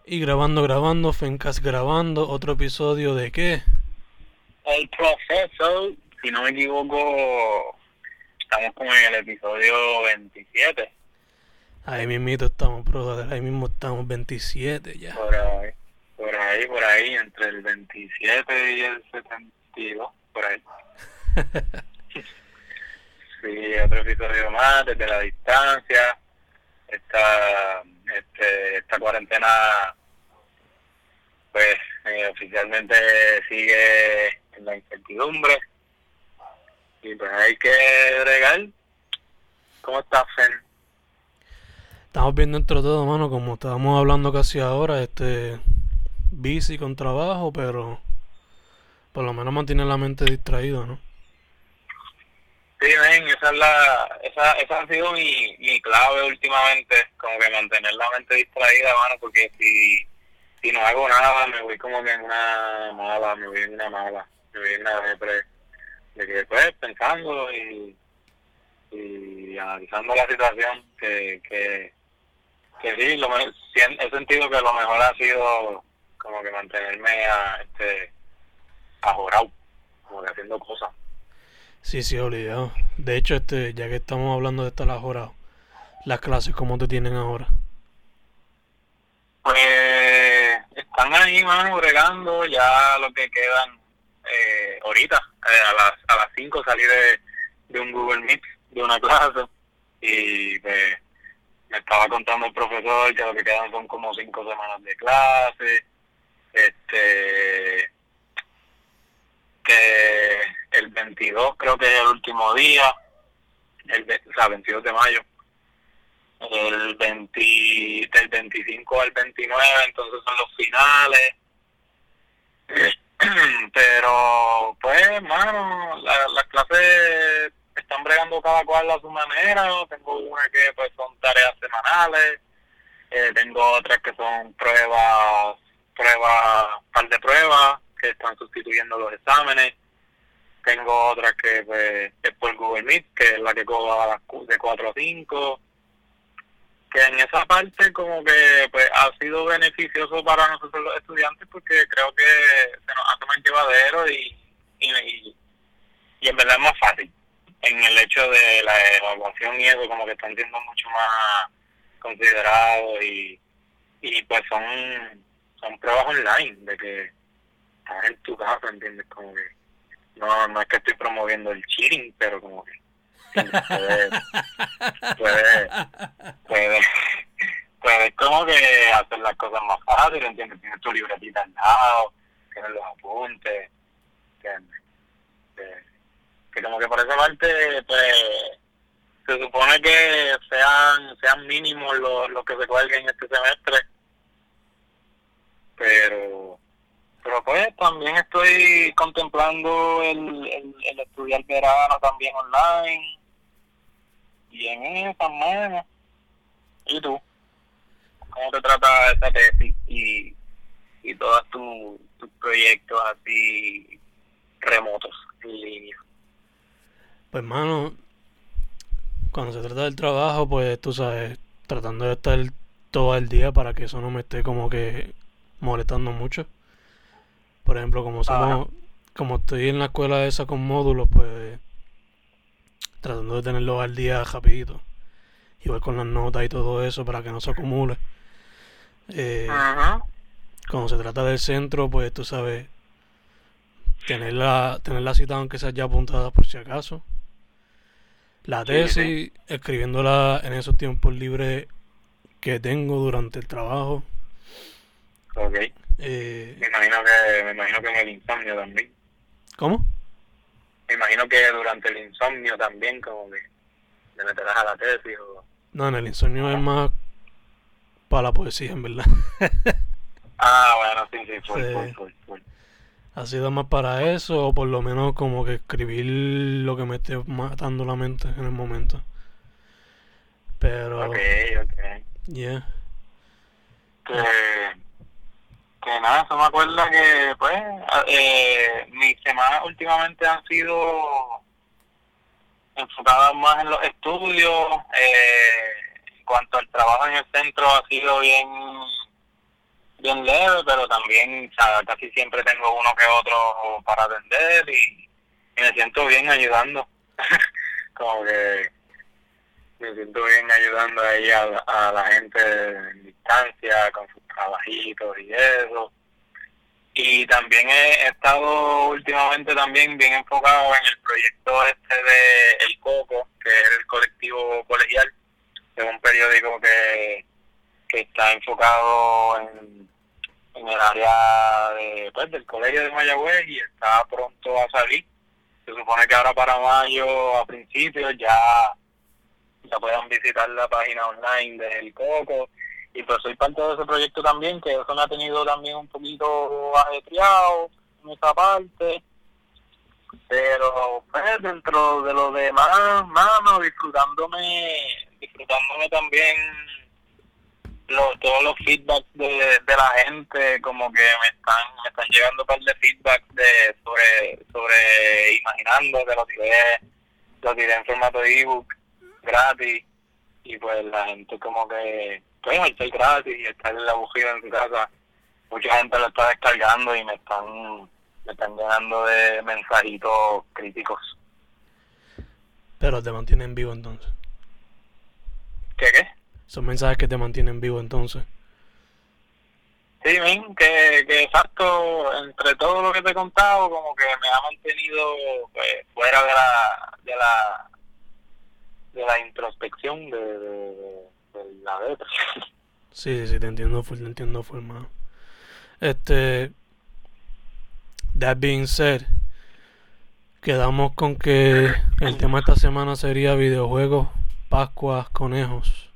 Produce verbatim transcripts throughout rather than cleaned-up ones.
Y grabando, grabando, Fencast grabando, otro episodio de ¿qué? El proceso, si no me equivoco, estamos como en el episodio veintisiete. Ahí mismito estamos, brother, ahí mismo estamos, veintisiete ya. Por ahí, por ahí, por ahí, entre el veintisiete y el setenta y dos, por ahí. Sí, otro episodio más desde la distancia. Esta, este, esta cuarentena, pues, eh, oficialmente sigue en la incertidumbre. Y pues hay que bregar. ¿Cómo estás, Fen? Estamos viendo entre todo, mano, como estábamos hablando casi ahora, este, busy con trabajo, pero por lo menos mantiene la mente distraída, ¿no? Sí, ven, esa es la, esa, esa ha sido mi, mi clave últimamente, como que mantener la mente distraída, mano, porque si, si no hago nada, me voy como que en una mala, me voy en una mala, me voy en una depre, de que pues pensando y, y analizando la situación, que, que, que sí, lo me- sí, he sentido que lo mejor ha sido como que mantenerme a, este, ajorado, como que haciendo cosas. Sí, sí, obligado. De hecho, este, ya que estamos hablando de estar ajorado, las clases, ¿cómo te tienen ahora? Pues están ahí, mano, bregando, ya lo que quedan eh, ahorita, eh, a las a las cinco salí de, de un Google Meet, de una clase, y pues, me estaba contando el profesor que lo que quedan son como cinco semanas de clase, este, que el veintidós creo que es el último día, el, ve- o sea, veintidós de mayo, el veinte, del veinticinco al veintinueve, entonces son los finales. Pero pues, mano, la, las clases están bregando cada cual a su manera. Tengo una que pues son tareas semanales, eh, tengo otras que son pruebas, pruebas, par de pruebas que están sustituyendo los exámenes. Tengo otras que pues es por Google Meet, que es la que cojo a las cu- de cuatro a cinco, que en esa parte como que pues ha sido beneficioso para nosotros los estudiantes, porque creo que se nos hace más llevadero y, y, y, y en verdad es más fácil en el hecho de la evaluación, y eso como que están siendo mucho más considerados, y, y pues son, son pruebas online de que estás en tu casa, ¿entiendes? Como que no, no es que estoy promoviendo el cheating, pero como que ¿entiendes? puedes puede, puede, puedes como que hacer las cosas más fáciles, ¿entiendes? Tienes tu libretita al lado, tienes los apuntes, ¿entiendes? Que, que como que por esa parte, pues, se supone que sean sean mínimos los, los que se cuelguen este semestre, pero pero pues también estoy contemplando el, el, el estudiar verano también online, y en esas manos. ¿Y tú? ¿Cómo te trata esa tesis y, y todos tus tus proyectos así remotos en línea? Pues, mano, cuando se trata del trabajo, pues tú sabes, tratando de estar todo el día para que eso no me esté como que molestando mucho. Por ejemplo, como Ajá. somos, como estoy en la escuela esa con módulos, pues tratando de tenerlos al día rapidito. Igual con las notas y todo eso para que no se acumule. Eh, Ajá. Cuando se trata del centro, pues tú sabes, tener la, tener la cita aunque sea ya apuntada por si acaso. La Sí, sí. tesis, escribiéndola en esos tiempos libres que tengo durante el trabajo. Ok. Eh, Me imagino que, me imagino que en el insomnio también. ¿Cómo? Me imagino que durante el insomnio también como que le meterás a la tesis o... No, en el insomnio es más para la poesía, en verdad. Ah, bueno, sí, sí, full, full, Sí, full, full. ha sido más para eso, o por lo menos como que escribir lo que me esté matando la mente en el momento. Ok, Pero, ok. yeah. Que, que nada, eso me acuerda que, pues, eh, mis semanas últimamente han sido enfocadas más en los estudios. Eh, en cuanto al trabajo en el centro, ha sido bien bien leve, pero también, o sea, casi siempre tengo uno que otro para atender y, y me siento bien ayudando. Como que me siento bien ayudando ahí a, a la gente en distancia con sus trabajitos y eso. Y también he, he estado últimamente también bien enfocado en el proyecto este de El Coco, que es el colectivo colegial, que es un periódico que, que está enfocado en, en el área de, pues, del colegio de Mayagüez y está pronto a salir. Se supone que ahora para mayo, a principios, ya, ya puedan visitar la página online de El Coco. Y pues soy parte de ese proyecto también, que eso me ha tenido también un poquito ajetreado en esa parte. Pero pues dentro de lo demás, mano, disfrutándome, disfrutándome también lo, todos los feedbacks de, de la gente, como que me están, me están llegando un par de feedbacks de sobre, sobre Imaginando, que lo tiré, lo tiré en formato ebook gratis, y pues la gente como que, pues al ser gratis y estar aburrido en su casa, mucha gente lo está descargando y me están, me están llenando de mensajitos críticos. Pero te mantienen vivo entonces. ¿Qué qué? Son mensajes que te mantienen vivo entonces. Sí, men, que, que exacto, entre todo lo que te he contado, como que me ha mantenido pues, fuera de la, de la, de la introspección de, de, de, de la letra. Sí, sí, sí, te entiendo full, te entiendo full, mano. Este, that being said, quedamos con que el tema esta semana sería videojuegos, Pascuas, conejos.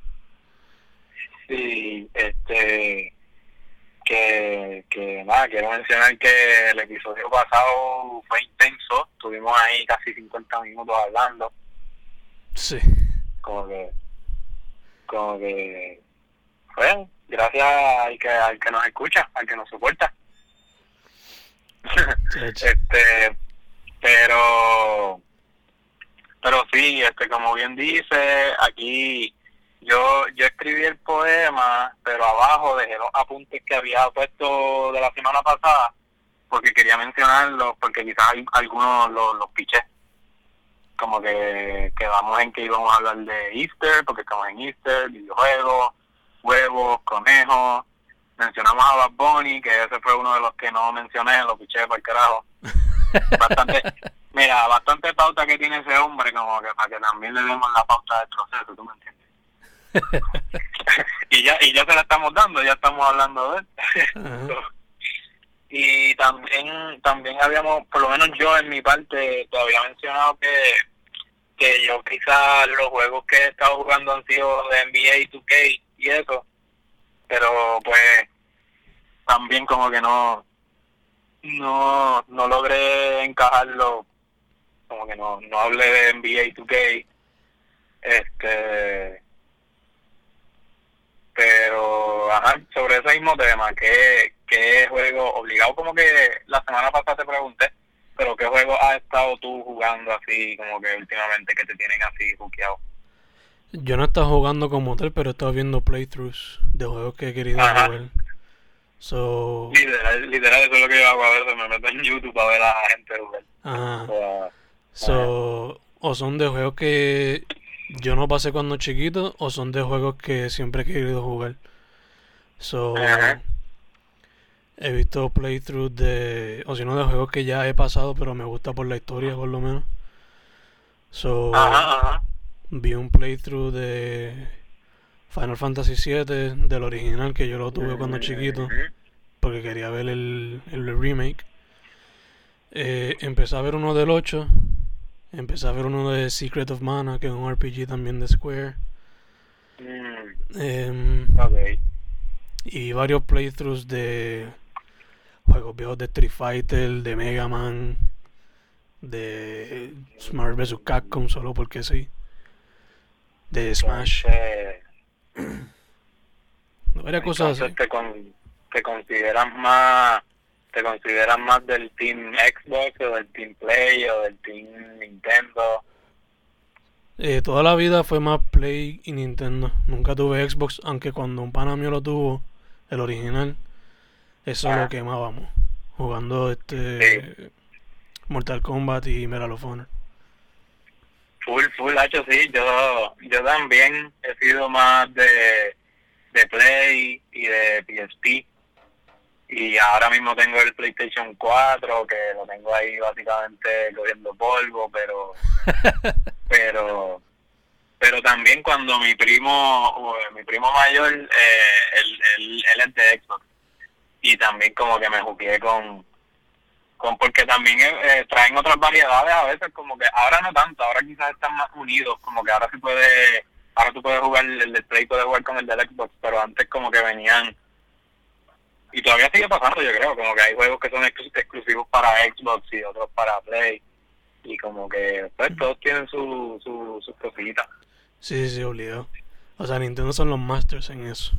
Sí, este, que, que nada, quiero mencionar que el episodio pasado fue intenso, estuvimos ahí casi cincuenta minutos hablando. Sí. Como que, como que, bueno, gracias al que, al que nos escucha, al que nos soporta. este, pero, pero sí, este, como bien dice, aquí yo, yo escribí el poema, pero abajo dejé los apuntes que había puesto de la semana pasada, porque quería mencionarlos, porque quizás algunos los, los piché. Como que quedamos en que íbamos a hablar de Easter, porque estamos en Easter, videojuegos, huevos, conejos. Mencionamos a Bad Bunny, que ese fue uno de los que no mencioné, lo piché por el carajo. Bastante, mira, bastante pauta que tiene ese hombre, como que para que también le demos la pauta del proceso, ¿tú me entiendes? y ya y ya se la estamos dando, ya estamos hablando de él. Uh-huh. Y también también habíamos, por lo menos yo en mi parte, te había mencionado que que yo quizás los juegos que he estado jugando han sido de N B A dos K y eso, pero pues también como que no no no logré encajarlo, como que no no hablé de N B A dos K, este pero ajá, sobre ese mismo tema, ¿qué, qué juego obligado? Como que la semana pasada te pregunté, pero ¿qué juego has estado tú jugando así, como que últimamente, que te tienen así buqueado? Yo no he estado jugando como tal, pero he estado viendo playthroughs de juegos que he querido Ajá. jugar. So... Literal, literal, eso es lo que yo hago a veces, me meto en YouTube a ver a la gente jugar. Ajá. O, so, ajá. O son de juegos que yo no pasé cuando chiquito, o son de juegos que siempre he querido jugar. So... Ajá. He visto playthroughs de, o si no, de juegos que ya he pasado, pero me gusta por la historia, por lo menos. So, ajá, ajá. Vi un playthrough de Final Fantasy siete, del original, que yo lo tuve cuando chiquito, porque quería ver el, el remake. Eh, empecé a ver uno del ocho, empecé a ver uno de Secret of Mana, que es un R P G también de Square. Mm. Eh, okay. Y varios playthroughs de juegos viejos de Street Fighter, de Mega Man, de Marvel versus. Capcom, solo porque sí, de Smash. Entonces, varias cosas así. Te, con, te consideras más te consideras más del Team Xbox o del Team Play o del Team Nintendo. Eh, toda la vida fue más Play y Nintendo. Nunca tuve Xbox, aunque cuando un pana mío lo tuvo, el original, eso lo Ah, quemábamos. Jugando sí, este Mortal Kombat y Medal of Honor. full, full, hacho, sí, yo, yo también he sido más de, de Play y de P S P. Y ahora mismo tengo el PlayStation cuatro, que lo tengo ahí básicamente cogiendo polvo, pero, pero, pero también cuando mi primo, o mi primo mayor, eh, él, él, él es de Xbox. Y también como que me jugué con, con porque también eh, traen otras variedades a veces, como que ahora no tanto, ahora quizás están más unidos, como que ahora sí puede, ahora tú puedes jugar, el del Play puede jugar con el del Xbox, pero antes como que venían, y todavía sigue pasando, yo creo, como que hay juegos que son exclu- exclusivos para Xbox y otros para Play, y como que pues todos tienen su, su, sus cositas. Sí, sí, sí, obligado. O sea, Nintendo son los masters en eso,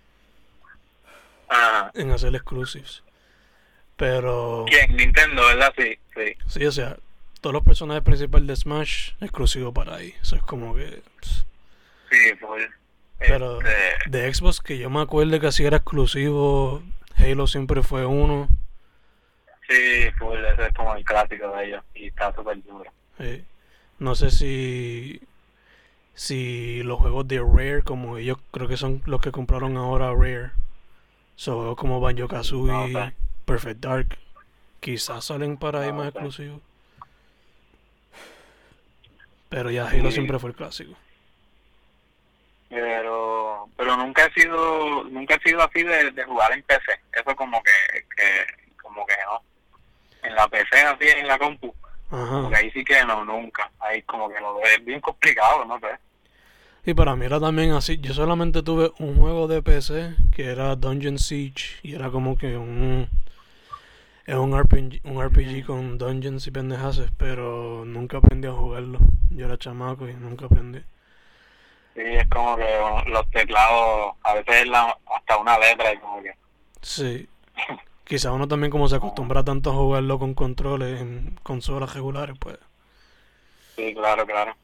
Ajá. en hacer exclusives. Pero, ¿Quién? Nintendo, ¿verdad? Sí, sí. sí, o sea, todos los personajes principales de Smash exclusivos para ahí. Eso es como que... pss. Sí, full. Pero Este, de Xbox, que yo me acuerdo que así era exclusivo, Halo siempre fue uno. sí, full, ese es como el clásico de ellos, y está súper duro. Eh, no sé si si los juegos de Rare, como ellos creo que son los que compraron ahora Rare, son juegos como Banjo No sé, Kazooie, Perfect Dark, quizás salen para ahí más no sé. exclusivos. Pero ya Halo Sí, siempre fue el clásico. pero pero nunca he sido nunca he sido así de, de jugar en P C. Eso como que, que como que no. En la P C así en la compu, como que Ajá. ahí sí que no, nunca. Ahí como que lo veo, es bien complicado, no sé. Y para mí era también así. Yo solamente tuve un juego de P C que era Dungeon Siege y era como que un es un R P G, un R P G Mm. con dungeons y pendejaces, pero nunca aprendí a jugarlo. Yo era chamaco y nunca aprendí. Sí, es como que bueno, los teclados, a veces es la, hasta una letra y como que Sí. Quizá uno también como se no. acostumbra tanto a jugarlo con controles en consolas regulares, pues. Sí, claro, claro.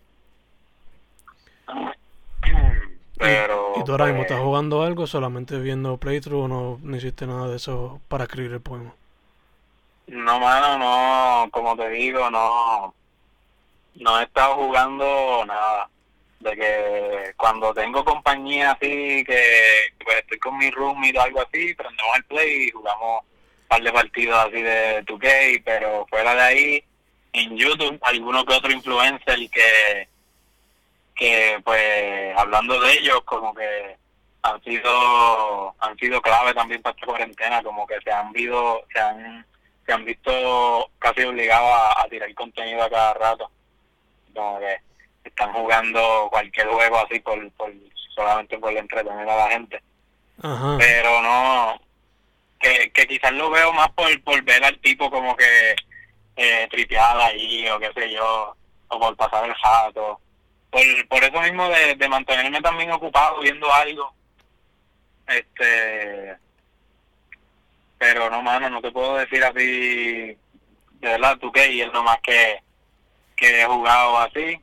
¿Y, y Pero tú ahora mismo estás pues jugando algo solamente viendo playthrough o no, no hiciste nada de eso para escribir el poema? no, mano, no, como te digo, no, no he estado jugando nada. De que cuando tengo compañía así, que pues estoy con mi roomie o algo así, prendemos el play y jugamos un par de partidos así de dos K, pero fuera de ahí, en YouTube, alguno que otro influencer que, que pues hablando de ellos, como que han sido, han sido clave también para esta cuarentena, como que se han visto, se han, se han visto casi obligados a, a tirar contenido a cada rato, como que están jugando cualquier juego así por, por solamente por entretener a la gente, Ajá. pero no, que, que quizás lo veo más por, por ver al tipo como que eh, tripeada ahí o qué sé yo, o por pasar el rato, por, por eso mismo de, de mantenerme también ocupado viendo algo, este, pero no, mano, no te puedo decir así, de verdad, tú qué, y es lo más que, que he jugado así,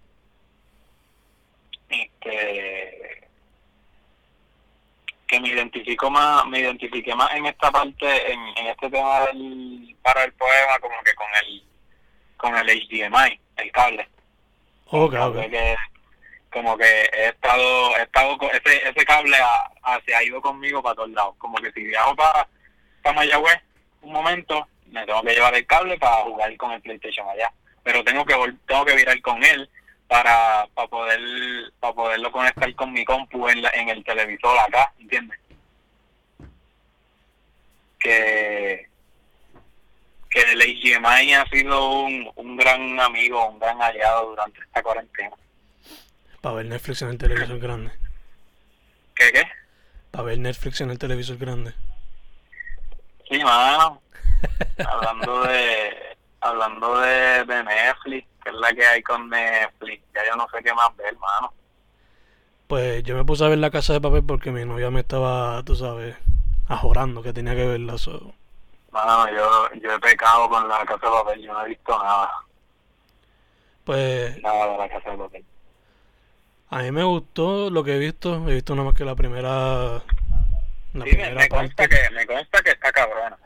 este, que me identifico más, me identifiqué más en esta parte, en, en este tema del, para el poema, como que con el, con el H D M I, el cable, el Ok, ok. cable que como que he estado, he estado con ese, ese cable a, a- se ha ido conmigo para todos lados, como que si viajo para, para Mayagüez un momento, me tengo que llevar el cable para jugar con el PlayStation allá, pero tengo que vol- tengo que virar con él para, para poder para poderlo conectar con mi compu en, la, en el televisor acá, ¿entiendes? Que, que el H D M I ha sido un, un gran amigo, un gran aliado durante esta cuarentena. Para ver Netflix en el televisor grande. ¿Qué qué? Para ver Netflix en el televisor grande. Sí, mano, hablando de hablando de, de Netflix, que es la que hay con Netflix, ya yo no sé qué más ver, mano. Pues yo me puse a ver La Casa de Papel porque mi novia me estaba, tú sabes, ajorando que tenía que verla. So. Mano, yo, yo he pecado con la Casa de Papel, yo no he visto nada, Pues nada de la Casa de Papel. a mí me gustó lo que he visto. He visto nada más que la primera, la Sí, me, primera me consta parte. que me consta que está cabrona.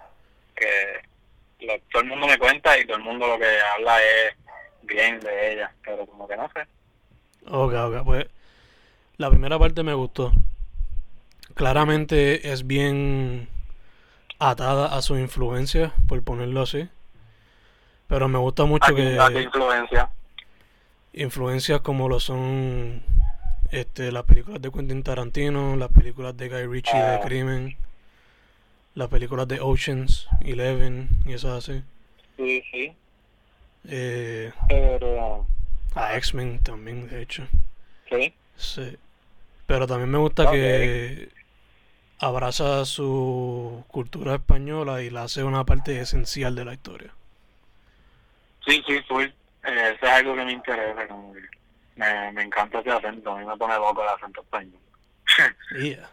James de ella, pero como que no sé. Ok, ok, pues la primera parte me gustó. Claramente es bien atada a su influencia, por ponerlo así. Pero me gusta mucho ¿A qué, a qué que influencia? influencias como lo son este, las películas de Quentin Tarantino, las películas de Guy Ritchie de Ah, crimen, las películas de Oceans Eleven y eso así. sí, sí, Eh, pero... a Ajá, X-Men también, de hecho. sí, Sí. Pero también me gusta ok. que abraza su cultura española y la hace una parte esencial de la historia. Sí, sí, full. Eh, eso es algo que me interesa, como que me, me encanta ese acento, a mí me pone loco el acento español. Yeah.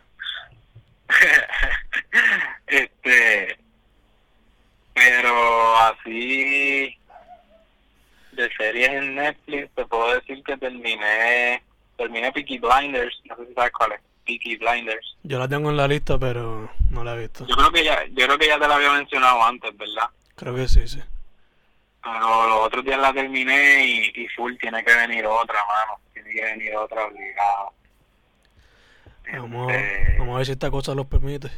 este, pero así de series en Netflix te puedo decir que terminé, terminé Peaky Blinders, no sé si sabes cuál es, Peaky Blinders. Yo la tengo en la lista, pero no la he visto. Yo creo que ya, yo creo que ya te la había mencionado antes, ¿verdad? Creo que sí, sí. Pero los otros días la terminé y, y full tiene que venir otra, mano, tiene que venir otra obligada. Vamos, Este, vamos a ver si esta cosa los permite.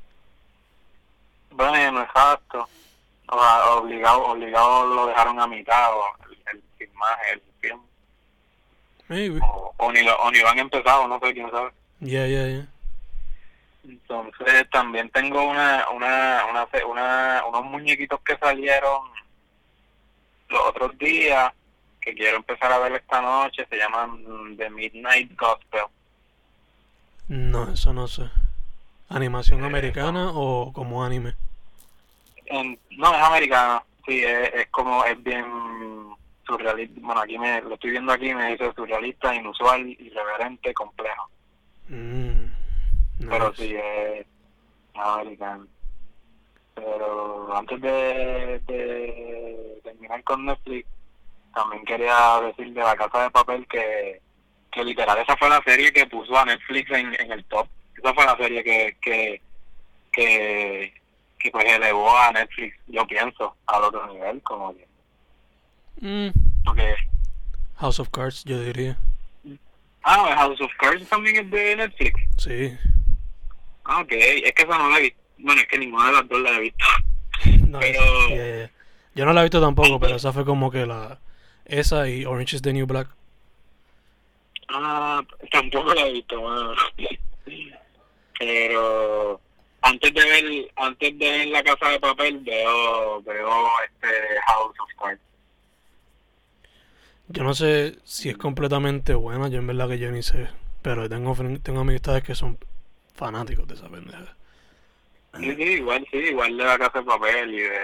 bueno, exacto. O sea, obligado, obligado lo dejaron a mitad, o el, el filmaje, el film. Maybe. O, o, ni lo, o ni lo han empezado, no sé, quién sabe. Yeah, yeah, yeah. Entonces también tengo una, una, una, una, unos muñequitos que salieron los otros días, que quiero empezar a ver esta noche, se llaman The Midnight Gospel. No, eso no sé. ¿Animación Eh, americana o como anime? en, no, es americano, sí, es, es como, es bien surrealista. Bueno, aquí me lo estoy viendo aquí, me dice surrealista, inusual, irreverente, complejo. Mm, Pero nice. sí, es americano. Pero antes de, de terminar con Netflix, también quería decir de La Casa de Papel que, que literal esa fue la serie que puso a Netflix en, en el top. Esa fue la serie que, que, que, que pues elevó a Netflix, yo pienso, al otro nivel, como que, Mm, porque, House of Cards, yo diría. ah, House of Cards también es de Netflix. Sí. Ah, ok, es que esa no la he visto. Bueno, es que ninguna de las dos la he visto. No, Pero, esa. Yeah, yeah, yeah. Yo no la he visto tampoco, pero antes, esa fue como que la. Esa y Orange is the New Black. ah, tampoco la he visto, mano. Pero antes de ver antes de ver La Casa de Papel veo veo este House of Cards. Yo no sé si es completamente buena, yo en verdad que yo ni sé. Pero tengo, fren- tengo amistades que son fanáticos de esa pendeja. Sí, sí, igual sí, igual de La Casa de Papel y de,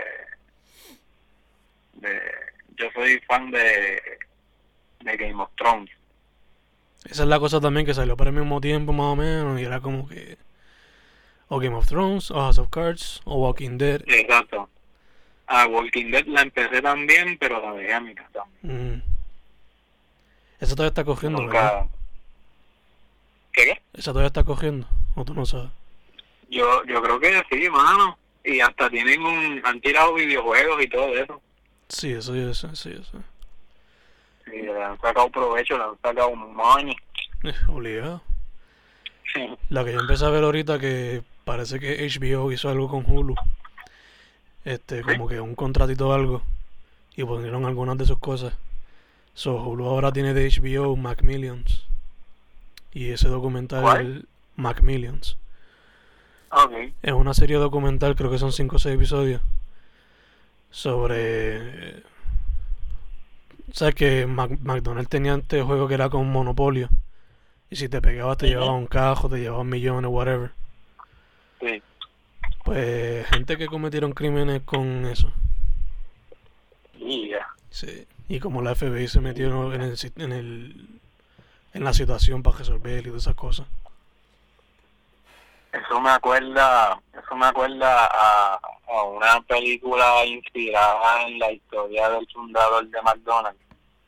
de yo soy fan de, de Game of Thrones. Esa es la cosa también que salió para el mismo tiempo más o menos y era como que o Game of Thrones, o House of Cards, o Walking Dead. Exacto. A Walking Dead la empecé también, pero la dejé a mitad también. Mm. Esa todavía está cogiendo, ¿verdad? Nunca. ¿Qué qué? Esa todavía está cogiendo, o tú no sabes. Yo yo creo que sí, mano. Y hasta tienen un han tirado videojuegos y todo eso. Sí, eso yo sé, sí, eso. Sí, le han sacado provecho, le han sacado money. Eh, obligado. La que yo empecé a ver ahorita que parece que H B O hizo algo con Hulu. Este, como que un contratito o algo. Y pusieron algunas de sus cosas. So, Hulu ahora tiene de H B O Macmillions. Y ese documental, ¿Cuál? Macmillions. Ok. Es una serie documental, creo que son cinco o seis episodios. Sobre. ¿Sabes que Mac- McDonald's tenía este juego que era con Monopolio? Y si te pegabas te Ujú. llevaba un cajo, te llevaban millones, whatever. Sí. Pues gente que cometieron crímenes con eso. Y ya. Sí. Y como la F B I se metió en el, si- en el en la situación para resolver y todas esas cosas. Eso me acuerda, eso me acuerda a, a una película inspirada en la historia del fundador de McDonald's.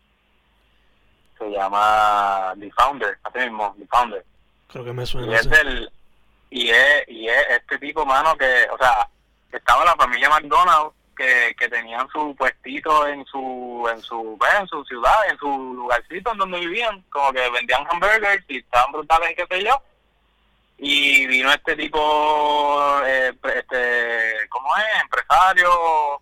Se llama The Founder, así mismo, The Founder. Creo que me Y suena es así. del, y es, y es este tipo, mano, que, o sea, estaba la familia McDonald's que, que tenían su puestito en su en su pues, en su ciudad, en su lugarcito en donde vivían, como que vendían hamburgers y estaban brutales y qué sé yo. Y vino este tipo, eh, este, ¿cómo es? Empresario,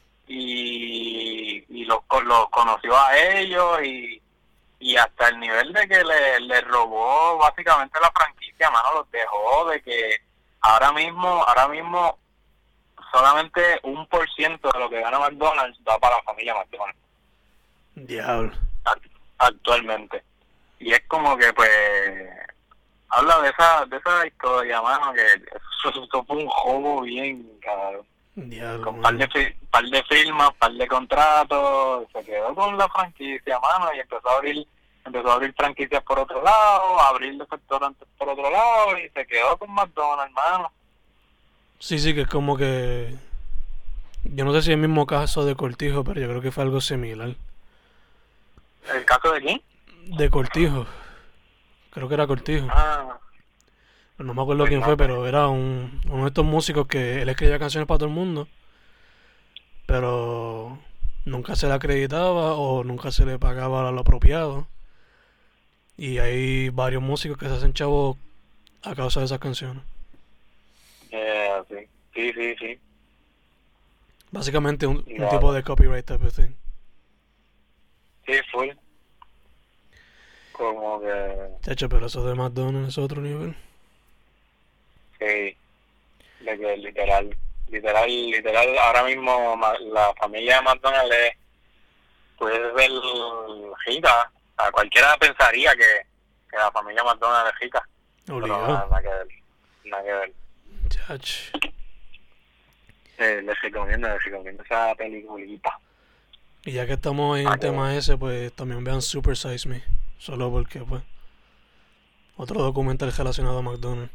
y, y los, los conoció a ellos y, y hasta el nivel de que le, le robó básicamente la franquicia, mano, los dejó de que ahora mismo, ahora mismo solamente un por ciento de lo que gana McDonald's va para la familia McDonald's. Diablo. Actualmente. Y es como que pues habla de esa de esa historia, mano, que eso, eso fue un juego bien, cabrón. Diablo, Con par de, par de firmas, par de contratos, se quedó con la franquicia, mano, y empezó a abrir empezó a abrir franquicias por otro lado, a abrir restaurantes por otro lado, y se quedó con McDonald's, mano. Sí, sí, que es como que... Yo no sé si es el mismo caso de Cortijo, pero yo creo que fue algo similar. ¿El caso de quién? De Cortijo. Creo que era Cortijo. Ah, No me acuerdo pues quién no fue, sé. pero era un, uno de estos músicos que él escribía canciones para todo el mundo, pero nunca se le acreditaba o nunca se le pagaba lo apropiado. Y hay varios músicos que se hacen chavos a causa de esas canciones. Eh, sí, sí, sí, sí. Básicamente un, un Claro. tipo de copyright type of thing. Sí, full. Como que, Chacho, pero eso de McDonald's es otro nivel. sí, de que literal, literal, literal, ahora mismo ma- la familia de McDonald's es, puede ser rica. O sea, cualquiera pensaría que, que la familia McDonald's es rica, pero nada, Obligado. nada que ver, nada que ver. Chacho. Eh, les recomiendo, les recomiendo esa peliculita. Y ya que estamos en Ah, el qué tema ese, pues también vean Super Size Me. Solo porque, pues, otro documental relacionado a McDonald's.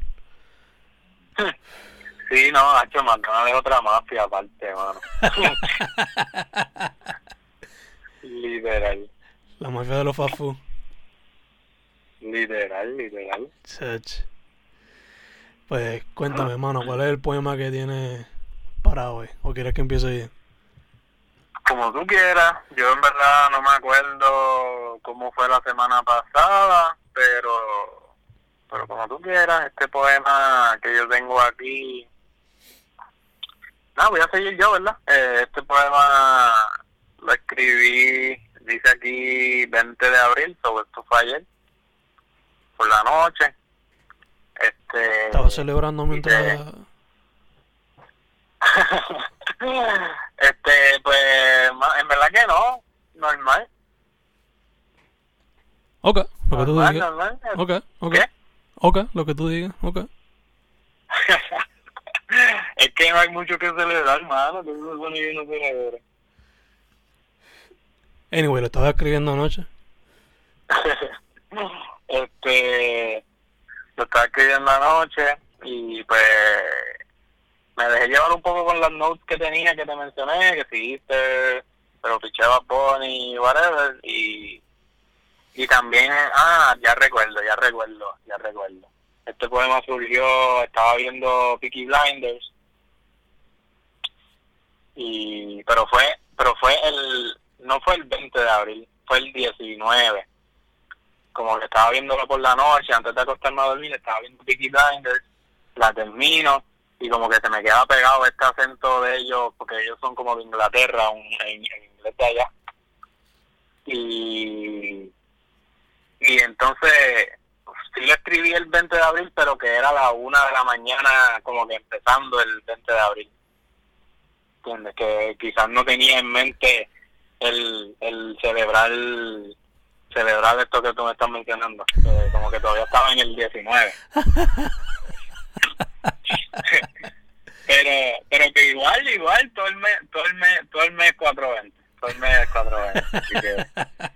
Sí, no, Nacho, McDonald's es otra mafia aparte, mano. Literal, La mafia de los fast food. literal, literal. Chacho. Pues cuéntame, hermano, ¿cuál es el poema que tienes para hoy? ¿O quieres que empiece yo? Como tú quieras, yo en verdad no me acuerdo cómo fue la semana pasada, pero pero como tú quieras, este poema que yo tengo aquí, no, voy a seguir yo, ¿verdad? Eh, este poema lo escribí, dice aquí veinte de abril, sobre esto fue ayer, por la noche. Este, Estaba celebrando mientras... dice- este, pues, ma- en verdad que no, normal. Ok, lo que tú Normal, digas. normal. Ok, ok. ¿Qué? Ok, lo que tú digas, ok. Es que no hay mucho que celebrar, hermano. Que eso se supone que no celebra. Anyway, lo estaba escribiendo anoche. Este, lo estaba escribiendo anoche y pues me dejé llevar un poco con las notes que tenía, que te mencioné, que seguiste, pero fiché a Bad Bunny, whatever, y, y también, ah, ya recuerdo, ya recuerdo, ya recuerdo. Este poema surgió, estaba viendo Peaky Blinders, y pero fue, pero fue el, no fue el veinte de abril, fue el diecinueve. Como que estaba viéndolo por la noche, antes de acostarme a dormir, estaba viendo Peaky Blinders, la termino, y como que se me queda pegado este acento de ellos, porque ellos son como de Inglaterra, un, en, en inglés de allá. Y, y entonces, sí lo escribí el veinte de abril, pero que era la una de la mañana, como que empezando el veinte de abril. ¿Entiendes? Que quizás no tenía en mente el, el celebrar... celebrar esto que tú me estás mencionando, eh, como que todavía estaba en el diecinueve. pero pero que igual igual todo el mes todo el mes todo el mes cuatrocientos veinte, todo el mes cuatrocientos veinte, así que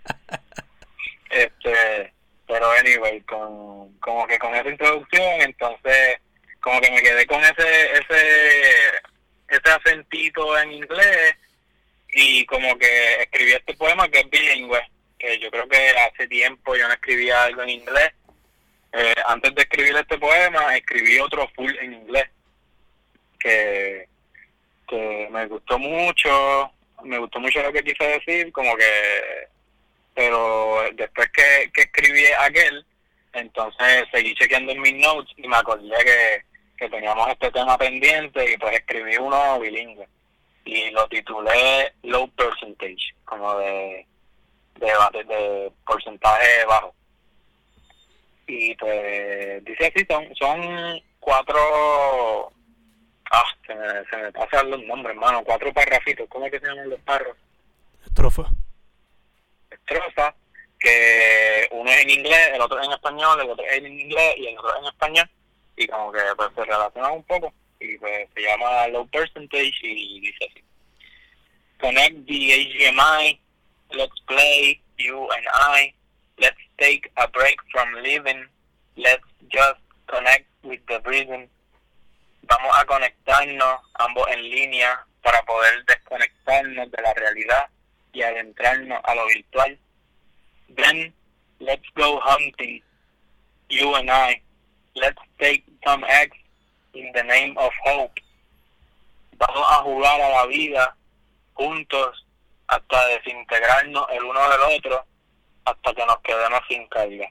este pero anyway, con como que con esa introducción, entonces como que me quedé con ese ese ese acentito en inglés y como que escribí este poema que es bilingüe, que yo creo que hace tiempo yo no escribía algo en inglés. Eh, antes de escribir este poema, escribí otro full en inglés, que, que me gustó mucho, me gustó mucho lo que quise decir, como que, pero después que, que escribí aquel, entonces seguí chequeando en mis notes y me acordé que, que teníamos este tema pendiente y pues escribí uno bilingüe y lo titulé Low Percentage, como de, de, de porcentaje bajo. Y pues dice así, son, son cuatro, ah, se me, se me pasan los nombres, hermano, cuatro parrafitos, ¿cómo es que se llaman los parros? Estrofa. Estrofa, que uno es en inglés, el otro es en español, el otro es en inglés y el otro es en español, y como que pues se relacionan un poco, y pues se llama Low Percentage y dice así. Connect the H D M I, let's play, you and I, let's take a break from living, let's just connect with the breathing. Vamos a conectarnos ambos en línea para poder desconectarnos de la realidad y adentrarnos a lo virtual. Then, let's go hunting, you and I. Let's take some eggs in the name of hope. Vamos a jugar a la vida juntos hasta desintegrarnos el uno del otro, hasta que nos quedemos sin carga.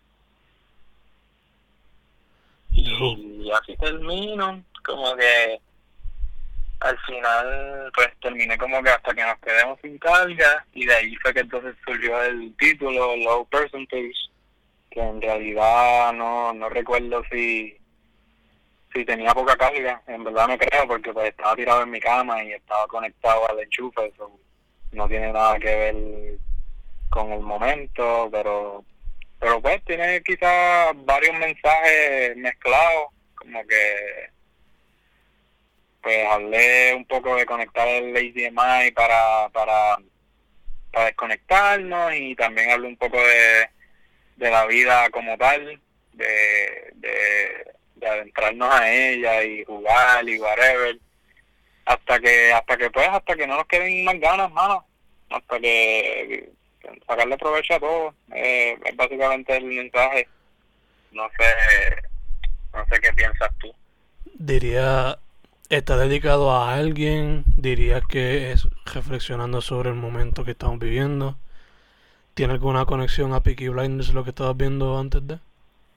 Y así termino, como que al final pues terminé como que hasta que nos quedemos sin carga, y de ahí fue que entonces surgió el título Low Percentage, que en realidad no, no recuerdo si si tenía poca carga, en verdad no creo, porque pues estaba tirado en mi cama y estaba conectado al enchufe, eso no tiene nada que ver con el momento, pero pero pues tiene quizás varios mensajes mezclados, como que pues hablé un poco de conectar el H D M I para para para desconectarnos, y también hablé un poco de de la vida como tal, de de de adentrarnos a ella y jugar y whatever, hasta que hasta que pues hasta que no nos queden más ganas, mano, hasta que sacarle provecho a todo. Eh, es básicamente el mensaje. No sé no sé qué piensas tú. Diría, ¿está dedicado a alguien? ¿Dirías que es reflexionando sobre el momento que estamos viviendo? ¿Tiene alguna conexión a Peaky Blinders, lo que estabas viendo antes de?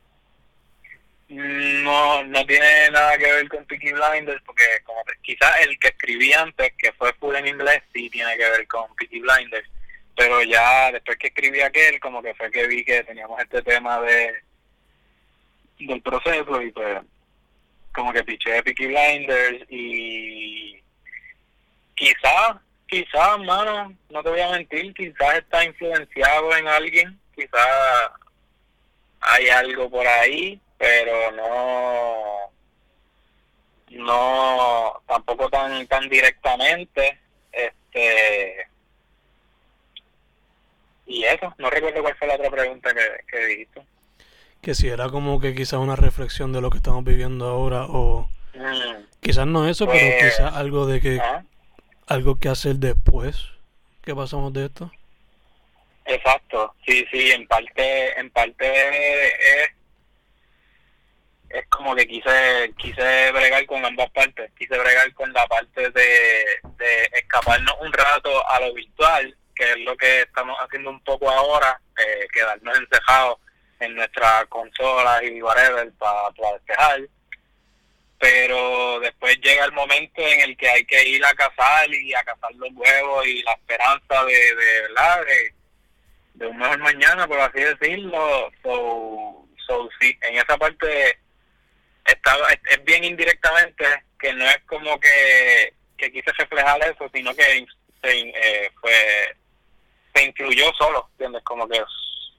No, no tiene nada que ver con Peaky Blinders, porque como te, quizás el que escribí antes, que fue full en inglés, sí tiene que ver con Peaky Blinders, pero ya después que escribí aquel, como que fue que vi que teníamos este tema de del proceso, y pues como que piché Peaky Blinders, y quizás, quizás, mano, no te voy a mentir, quizás está influenciado en alguien, quizás hay algo por ahí, pero no no tampoco tan tan directamente, este y eso. No recuerdo cuál fue la otra pregunta que, que dijiste. Que si era como que quizás una reflexión de lo que estamos viviendo ahora, o mm, quizás no eso, pues, pero quizás algo de que ¿ah? algo que hacer después que pasamos de esto. Exacto, sí, sí, en parte en parte es es como que quise quise bregar con ambas partes, quise bregar con la parte de, de escaparnos un rato a lo virtual, que es lo que estamos haciendo un poco ahora, eh, quedarnos encejados en nuestras consolas y whatever para pa despejar, pero después llega el momento en el que hay que ir a cazar y a cazar los huevos y la esperanza de, de verdad, de, de un mejor mañana, por así decirlo. So, so sí, en esa parte estaba, es, es bien indirectamente, que no es como que, que quise reflejar eso, sino que se, eh, fue, se incluyó solo, ¿entiendes? Como que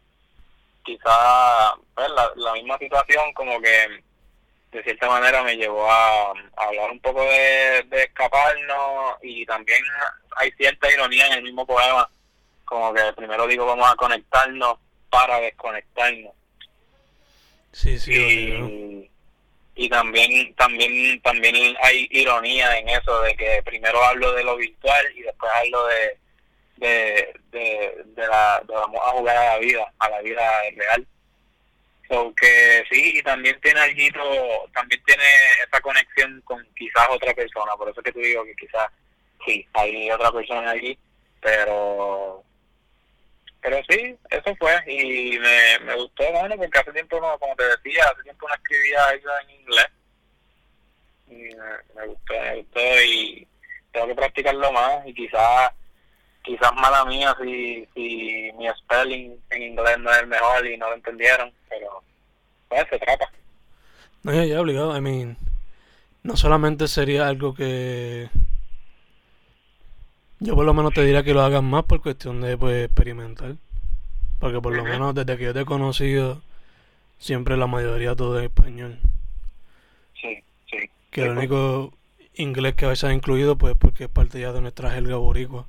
quizá pues, la, la misma situación como que de cierta manera me llevó a, a hablar un poco de, de escaparnos, y también hay cierta ironía en el mismo poema, como que primero digo vamos a conectarnos para desconectarnos. Sí, sí, y, y también también también hay ironía en eso, de que primero hablo de lo virtual y después hablo de de de, de la de vamos a jugar a la vida, a la vida real. So que sí, y también tiene algo, también tiene esa conexión con quizás otra persona, por eso es que te digo que quizás sí, hay otra persona allí, pero pero sí, eso fue, y me, me gustó, bueno, porque hace tiempo, no, como te decía, hace tiempo no escribía eso en inglés, y me, me gustó, me gustó, y tengo que practicarlo más, y quizás quizás mala mía si, si mi spelling en inglés no es el mejor y no lo entendieron, pero pues se trata. No, ya, ya, obligado. I mean, no solamente sería algo que yo por lo menos te diría que lo hagas más por cuestión de pues experimentar. Porque por lo Uh-huh. menos desde que yo te he conocido, siempre la mayoría todo es español. Sí, sí, Que sí, el pues, único inglés que a veces ha incluido pues porque es parte ya de nuestra jerga boricua.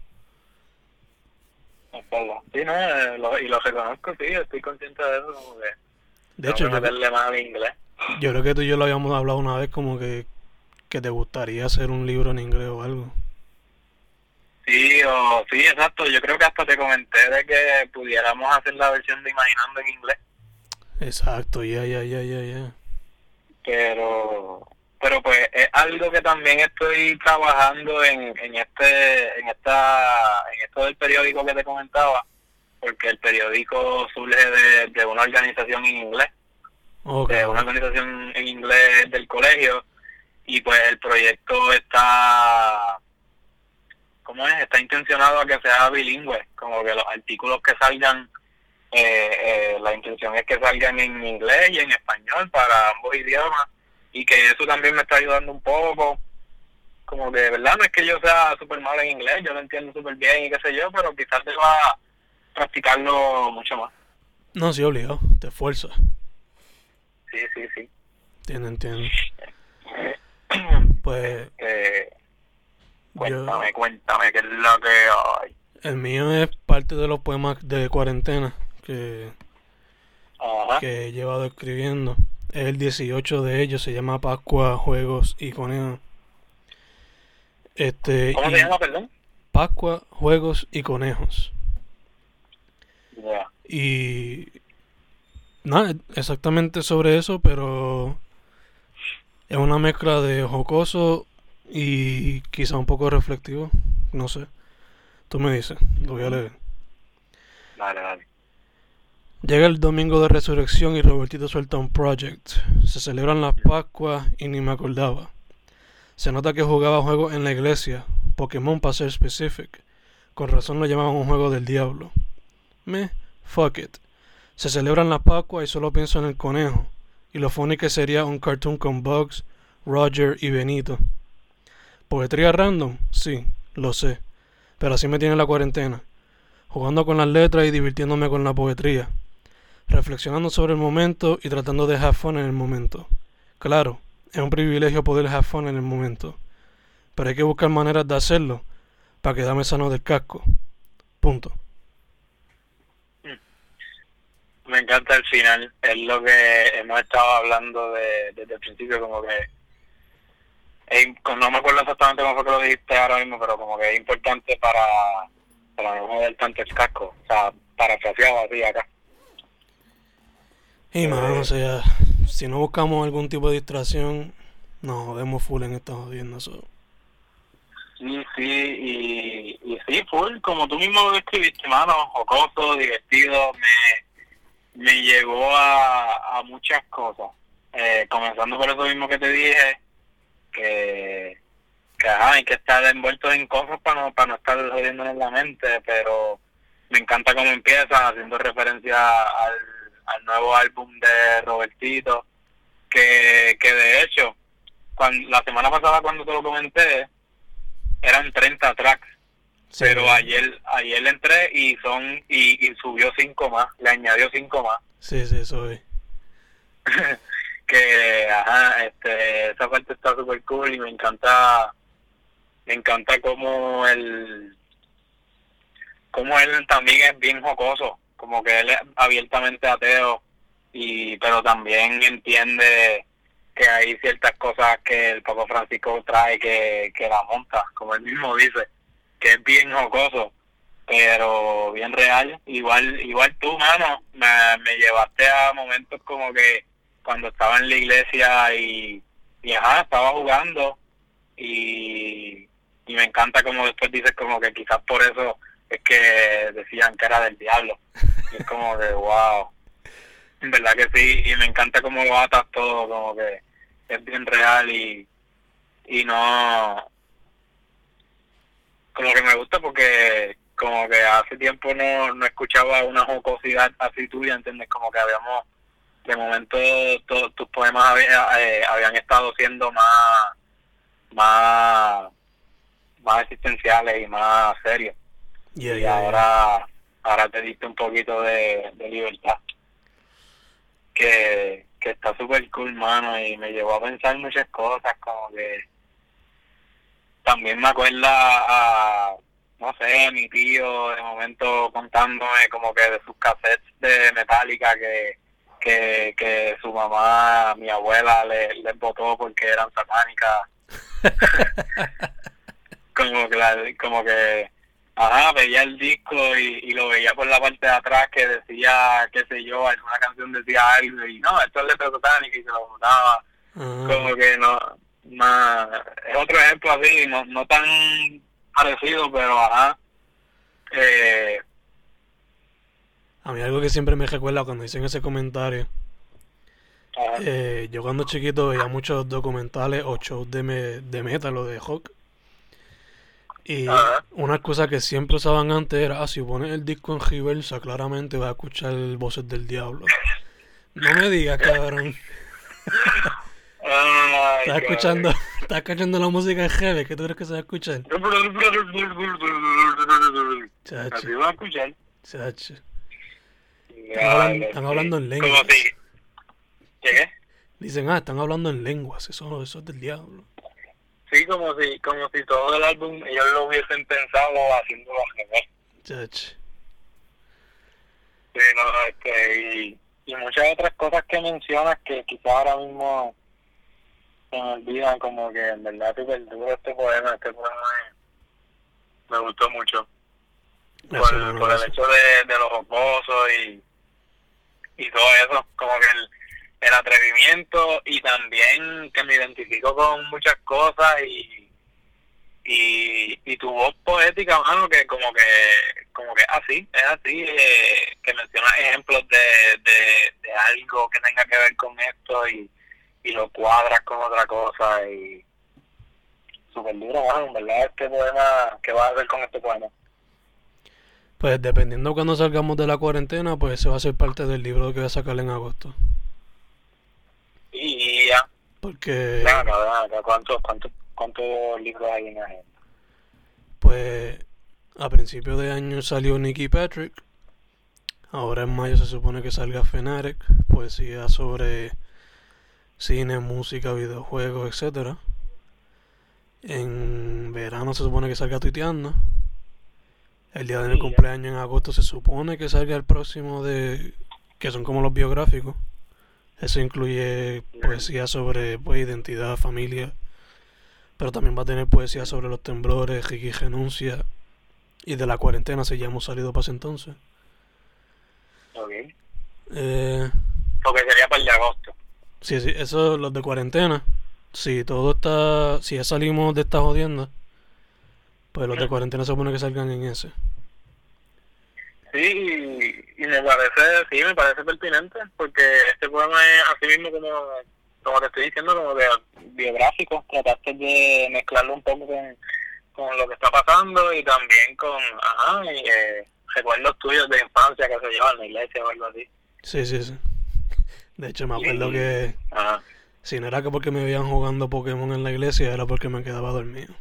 es verdad. Sí, no, eh, lo, y lo reconozco, sí, estoy consciente de eso, como que De tengo hecho, que yo, meterle más al inglés. yo creo que tú y yo lo habíamos hablado una vez como que, que te gustaría hacer un libro en inglés o algo. Sí, o, sí, exacto, yo creo que hasta te comenté de que pudiéramos hacer la versión de Imaginando en inglés, Exacto, ya, ya, ya, ya, ya. pero pero pues es algo que también estoy trabajando en, en este en esta en esto del periódico que te comentaba, porque el periódico surge de, de una organización en inglés, Ok, de una ok. organización en inglés del colegio, y pues el proyecto está, ¿cómo es? Está intencionado a que sea bilingüe, como que los artículos que salgan, eh, eh, la intención es que salgan en inglés y en español para ambos idiomas, y que eso también me está ayudando un poco, como que, ¿verdad? No es que yo sea súper malo en inglés, yo lo entiendo súper bien y qué sé yo, pero quizás deba practicarlo mucho más. No, sí, obligado, te esfuerzas. Sí, sí, sí. Entiendo, entiendo. Pues Este, yo, cuéntame, cuéntame, ¿qué es lo que hay? el mío es parte de los poemas de cuarentena que, Ajá. que he llevado escribiendo. Es el dieciocho de ellos, se llama Pascua, Juegos y Conejos. Este, ¿Cómo se y llama, perdón? Pascua, Juegos y Conejos. Ya. Yeah. Y nada, exactamente sobre eso, pero es una mezcla de jocoso y quizá un poco reflectivo. No sé. Tú me dices, lo voy a Uh-huh. leer. Dale, dale. Llega el domingo de resurrección y Robertito suelta un project. Se celebran las Pascuas y ni me acordaba. Se nota que jugaba juegos en la iglesia, Pokémon para ser specific. Con razón lo llamaban un juego del diablo. Me, fuck it. Se celebran las Pascuas y solo pienso en el conejo. Y lo funny que sería un cartoon con Bugs, Roger y Benito. ¿Poetría random? Sí, lo sé. Pero así me tiene la cuarentena. Jugando con las letras y divirtiéndome con la poesía. Reflexionando sobre el momento y tratando de have fun en el momento. Claro, es un privilegio poder have fun en el momento. Pero hay que buscar maneras de hacerlo para quedarme sano del casco. Punto. Me encanta el final, es lo que hemos estado hablando de, desde el principio, como que es, no me acuerdo exactamente cómo fue que lo dijiste ahora mismo, pero como que es importante para, para no joder tanto el casco, o sea, parafraseado así acá. Y mano, o Eh, sea, si no buscamos algún tipo de distracción, nos jodemos full en esta jodienda. So. sí, sí, y, y sí, full, como tú mismo lo describiste, mano, jocoso, divertido, me, me llevó a, a muchas cosas. Eh, comenzando por eso mismo que te dije, que, que ajá, hay que estar envueltos en cosas para no, para no estar jodiendo en la mente, pero me encanta cómo empieza haciendo referencia al, al nuevo álbum de Robertito, que, que de hecho, cuando, la semana pasada cuando te lo comenté, eran treinta tracks, Sí, pero ayer ayer le entré y son y, y subió cinco más, le añadió cinco más. sí, sí, soy. Que ajá, este, esa parte está súper cool y me encanta, me encanta como él, como él también es bien jocoso, como que él es abiertamente ateo, y pero también entiende que hay ciertas cosas que el Papa Francisco trae que, que la monta, como él mismo dice, que es bien jocoso, pero bien real. Igual igual tú, mano, me, me llevaste a momentos como que cuando estaba en la iglesia y, y ajá, estaba jugando y, y me encanta como después dices como que quizás por eso es que decían que era del diablo. Y es como que wow, en verdad que sí, y me encanta cómo lo atas todo, como que es bien real y, y no, como que me gusta porque como que hace tiempo no, no escuchaba una jocosidad así tuya, ¿entiendes? Como que habíamos, de momento to, tus poemas había, eh, habían estado siendo más, más, más existenciales y más serios. Yeah, y yeah, ahora, ahora te diste un poquito de, de libertad. Que, que está súper cool, mano, y me llevó a pensar muchas cosas, como que también me acuerda a, no sé, mi tío de momento contándome como que de sus cassettes de Metallica que que, que su mamá, mi abuela, le, les botó porque eran satánicas. como que la, como que ajá, veía el disco y, y lo veía por la parte de atrás que decía, qué sé yo, alguna canción decía algo y no, esto es letra satánica y se lo botaba. uh-huh. Como que no, más, es otro ejemplo así, no, no tan parecido, pero ajá. Eh, A mí algo que siempre me recuerda cuando dicen ese comentario, eh, yo cuando chiquito veía muchos documentales o shows de, me, de metal o de rock. Y ajá. una excusa que siempre usaban antes era, ah, si pones el disco en reversa, claramente vas a escuchar voces del diablo. No me digas, cabrón. Ay, ¿Estás escuchando, estás escuchando la música de Heavy? ¿Qué tú crees que se va a escuchar? Chacho. Así va a escuchar. Chacho. Están hablando, están hablando en lenguas. ¿Cómo sigue? ¿Qué? Dicen, ah, están hablando en lenguas, eso, eso es del diablo. Sí, como si, como si todo el álbum ellos lo hubiesen pensado haciéndolo al revés. Chacho. Sí, no, este, y, y muchas otras cosas que mencionas que quizás ahora mismo se me olvidan, como que en verdad súper duro este poema, este poema me, me gustó mucho. Eso, por, mano, por el eso. hecho de, de los jocosos y, y todo eso, como que el, el atrevimiento y también que me identifico con muchas cosas y y, y tu voz poética, mano, que como que como que así, es así, eh, que mencionas ejemplos de, de, de algo que tenga que ver con esto y, y lo cuadras con otra cosa y súper duro, mano, en verdad, este poema, ¿qué vas a hacer con este poema? Pues dependiendo cuando salgamos de la cuarentena, pues ese va a ser parte del libro que voy a sacar en agosto. Y ya. Porque... Venga, venga, ¿cuántos, cuántos, cuántos libros hay en agenda? Pues a principios de año salió Nicky Patrick. Ahora en mayo se supone que salga Fenarek, poesía sobre cine, música, videojuegos, etcétera. En verano se supone que salga Tuiteando. El día de mi cumpleaños en agosto se supone que salga el próximo de... que son como los biográficos. Eso incluye poesía sobre pues, identidad, familia. Pero también va a tener poesía sobre los temblores, Ricky renuncia. Y de la cuarentena, si ya hemos salido para ese entonces. Ok. Eh, Porque sería para el de agosto. sí, sí, eso los de cuarentena. Si todo está... si ya salimos de esta jodienda, pues los de cuarentena se supone que salgan en ese. Sí, y, y me parece, sí, me parece pertinente, porque este poema es así mismo como, como te estoy diciendo, como de biográfico. Trataste de mezclarlo un poco con, con lo que está pasando y también con, ajá, y, eh, recuerdos tuyos de infancia que se llevan en la iglesia o algo así. Sí, sí, sí. De hecho, me acuerdo Y, que ajá. si no era que porque me veían jugando Pokémon en la iglesia, era porque me quedaba dormido.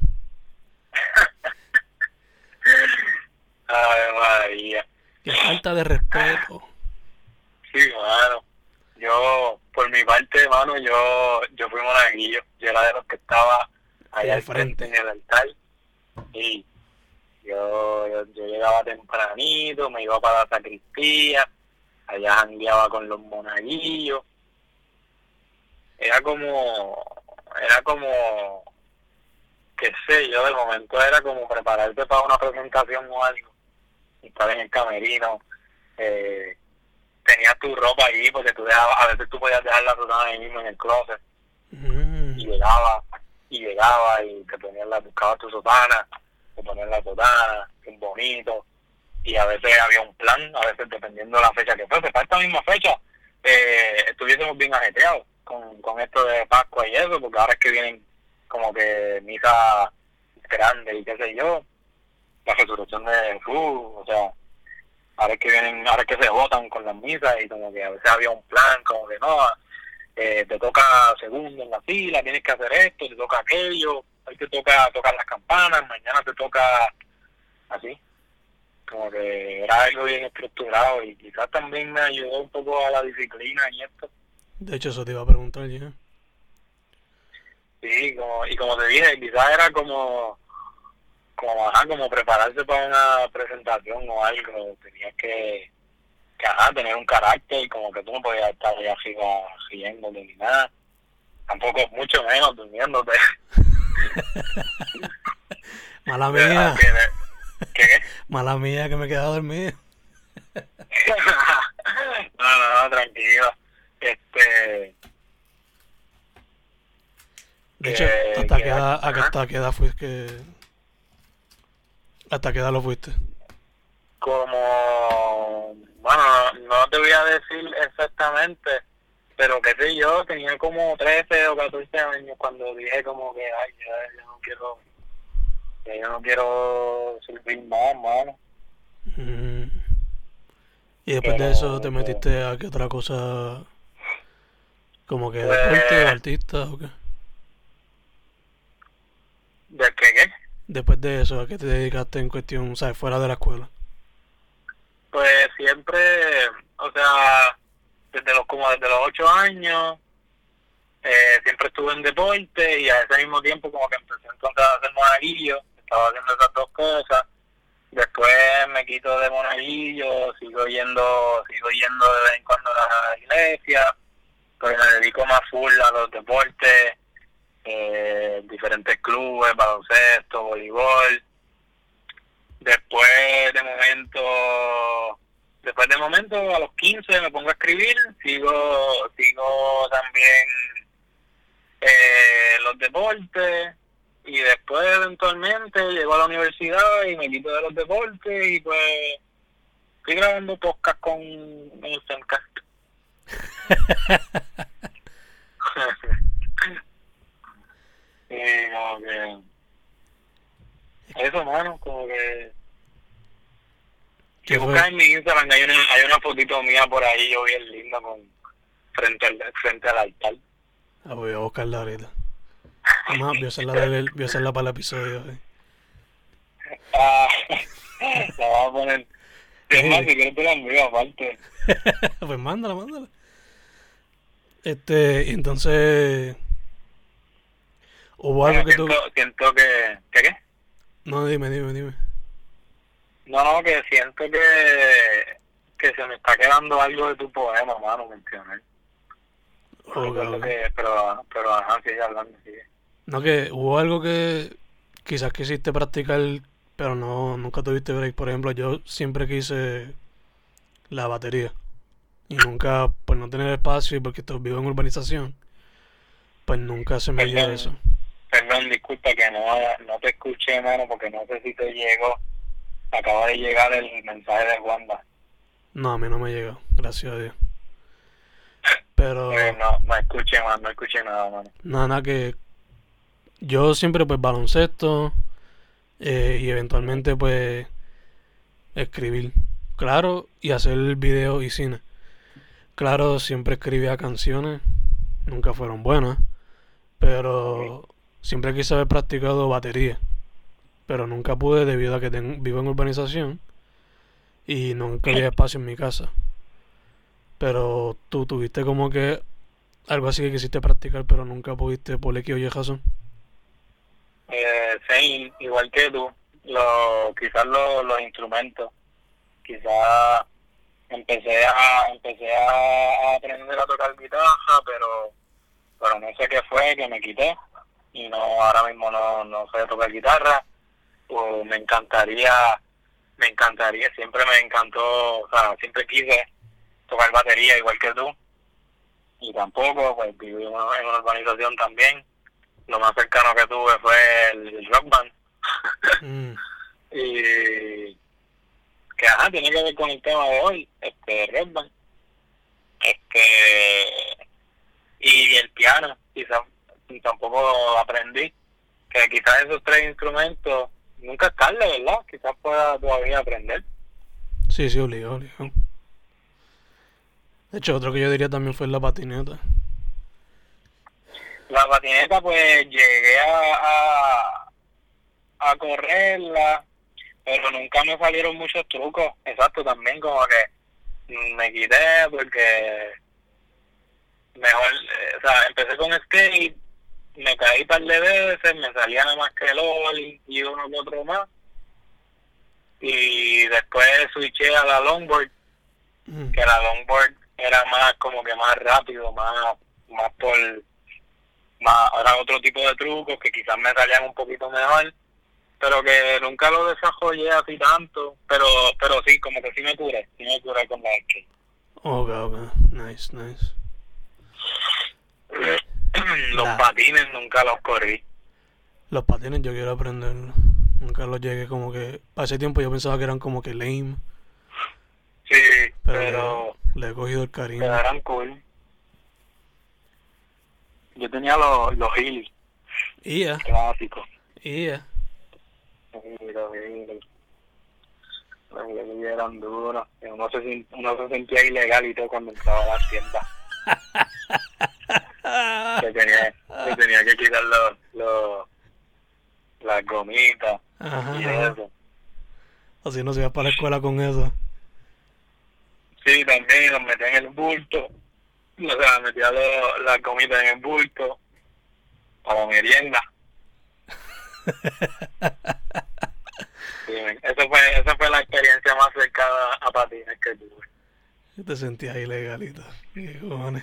Ay, María. Qué falta de respeto. Sí, mano. Yo, por mi parte, mano, yo yo fui monaguillo. Yo era de los que estaba allá al frente en el altar. Y yo, yo, yo llegaba tempranito, me iba para la sacristía, allá jangueaba con los monaguillos. Era como, era como, qué sé yo, de momento era como prepararte para una presentación o algo. estar en el camerino, eh, tenías tu ropa ahí porque tú dejabas, a veces tú podías dejar la sotana ahí mismo en el closet Mm. y llegaba y llegaba y te ponías la, buscabas tu sotana, te ponías la sotana, bien bonito, y a veces había un plan, a veces dependiendo de la fecha que fuese, para esta misma fecha eh, estuviésemos bien ajetreados con, con esto de Pascua y eso, porque ahora es que vienen como que misas grandes y qué sé yo, la resurrección de Jesús, o sea, ahora es que vienen, ahora es que se votan con las misas y como que a veces había un plan, como que no, eh, te toca segundo en la fila, tienes que hacer esto, te toca aquello, hoy te toca tocar las campanas, mañana te toca así, como que era algo bien estructurado y quizás también me ayudó un poco a la disciplina y esto. De hecho, eso te iba a preguntar ya. Sí, como, y como te dije, quizás era como como ajá, como prepararse para una presentación o algo, tenías que, que ajá, tener un carácter y como que tú no podías estar allá arriba riéndote ni nada, tampoco mucho menos durmiéndote. Mala mía. ¿Qué? Mala mía que me he quedado dormido. no, no, no, tranquilo. Este... De hecho, que, ¿hasta que, qué edad, ajá. hasta qué edad fuiste que... ¿Hasta qué edad lo fuiste? Como, bueno, no te voy a decir exactamente, pero qué sé yo, tenía como trece o catorce años cuando dije como que, ay, ya, ya no quiero, ya yo no quiero servir más, mano. Mm. Y después Pero, de eso te pues, metiste a qué otra cosa, como que pues, deporte o artista o qué. ¿de qué qué? Después de eso, ¿a qué te dedicaste en cuestión, sabes, fuera de la escuela? Pues siempre, o sea, desde los, como desde los ocho años, eh, siempre estuve en deporte y a ese mismo tiempo como que empecé entonces a hacer monaguillo, estaba haciendo esas dos cosas. Después me quito de monaguillo, sigo yendo, sigo yendo de vez en cuando a la iglesia, pues me dedico más full a los deportes, eh, diferentes clubes, baloncesto, voleibol. Después de momento, después de momento a los quince me pongo a escribir, sigo, sigo también eh, los deportes. Y después eventualmente llego a la universidad y me quito de los deportes y pues estoy grabando podcast con el Femcast. Y como que eso, mano, como que si ¿Qué buscas fue? en mi Instagram hay una, hay una fotito mía por ahí, yo bien linda con frente al, frente al altar. Ah, voy a buscarla ahorita. Además, voy a hacerla, del- voy a hacerla para el episodio. ¿Eh? Ah, la vamos a poner. Es más, si quieres te la envío aparte. Pues mándala, mándala. Este, y entonces... ¿Hubo algo Bueno, que tú...? siento, siento que... ¿Qué qué? No, dime, dime, dime. No, no, que siento que, que se me está quedando algo de tu poema, mano, mencioné. No Ok, recuerdo ok. que, pero, pero ajá, sigue hablando, sigue. No, que hubo algo que quizás quisiste practicar, pero no, nunca tuviste break. Por ejemplo, yo siempre quise la batería. Y nunca, por no tener espacio y porque estoy vivo en urbanización, pues nunca se me dio eso. Perdón, perdón, disculpa que no, no te escuché, mano, porque no sé si te llegó. Acaba de llegar el mensaje de Wanda. No, a mí no me llegó, gracias a Dios. Pero Eh, no, no escuché, mano, no escuché nada, mano. nada, nada que yo siempre pues baloncesto eh, y eventualmente pues escribir. Claro, y hacer video y cine. Claro, siempre escribía canciones, nunca fueron buenas, pero siempre quise haber practicado batería. Pero nunca pude debido a que ten- vivo en urbanización y nunca había espacio en mi casa. Pero tú tuviste como que algo así que quisiste practicar, pero nunca pudiste por X o Y razón. Eh, sí, igual que tú, lo, quizás lo, los instrumentos, quizás empecé a empecé a, a aprender a tocar guitarra, pero pero no sé qué fue que me quité y no ahora mismo no, no sé tocar guitarra. Pues me encantaría me encantaría, siempre me encantó, o sea, siempre quise tocar batería igual que tú, y tampoco, pues viví en una, en una urbanización también. Lo más cercano que tuve fue el, el rock band. Mm. Y que ajá, tiene que ver con el tema de hoy, este rock band. Este y el piano, quizás tampoco aprendí, que quizás esos tres instrumentos nunca es tarde, ¿verdad? Quizás pueda todavía aprender. Sí, sí, obligado, obligado. De hecho, otro que yo diría también fue la patineta. La patineta, pues llegué a, a, a correrla, pero nunca me salieron muchos trucos. Exacto, también como que me quité porque mejor, eh, o sea, empecé con skate, me caí un par de veces, me salía nada más que el ollie y uno que otro más. Y después switché a la longboard, Mm. que la longboard era más como que más rápido, más, más por, más, era otro tipo de trucos que quizás me salían un poquito mejor, pero que nunca lo desarrollé así tanto, pero, pero sí, como que sí me curé, sí me curé con la skate. Ok, ok. Nice, nice. Los La- patines nunca los corrí. Los patines yo quiero aprenderlos. Nunca los llegué como que... Para ese tiempo yo pensaba que eran como que lame. Sí, Pero, pero, le, le he cogido el pero cariño. eran cool. Yo tenía los, los Heelys Y ya, clásicos. y ya. Sí, los Heelys. Los Heelys eran duros. Uno se, sin- uno se sentía ilegal y todo cuando entraba a las tiendas. Que tenía, que tenía que quitar los, los, las gomitas Ajá, y ajá. eso. Así no se iba para la escuela con eso. Sí, también los metía en el bulto. O sea, metía los, las gomitas en el bulto para merienda. Sí, men, esa fue, esa fue la experiencia más cercana a patines que tuve. Yo te sentías ilegalito. ¿Qué cojones?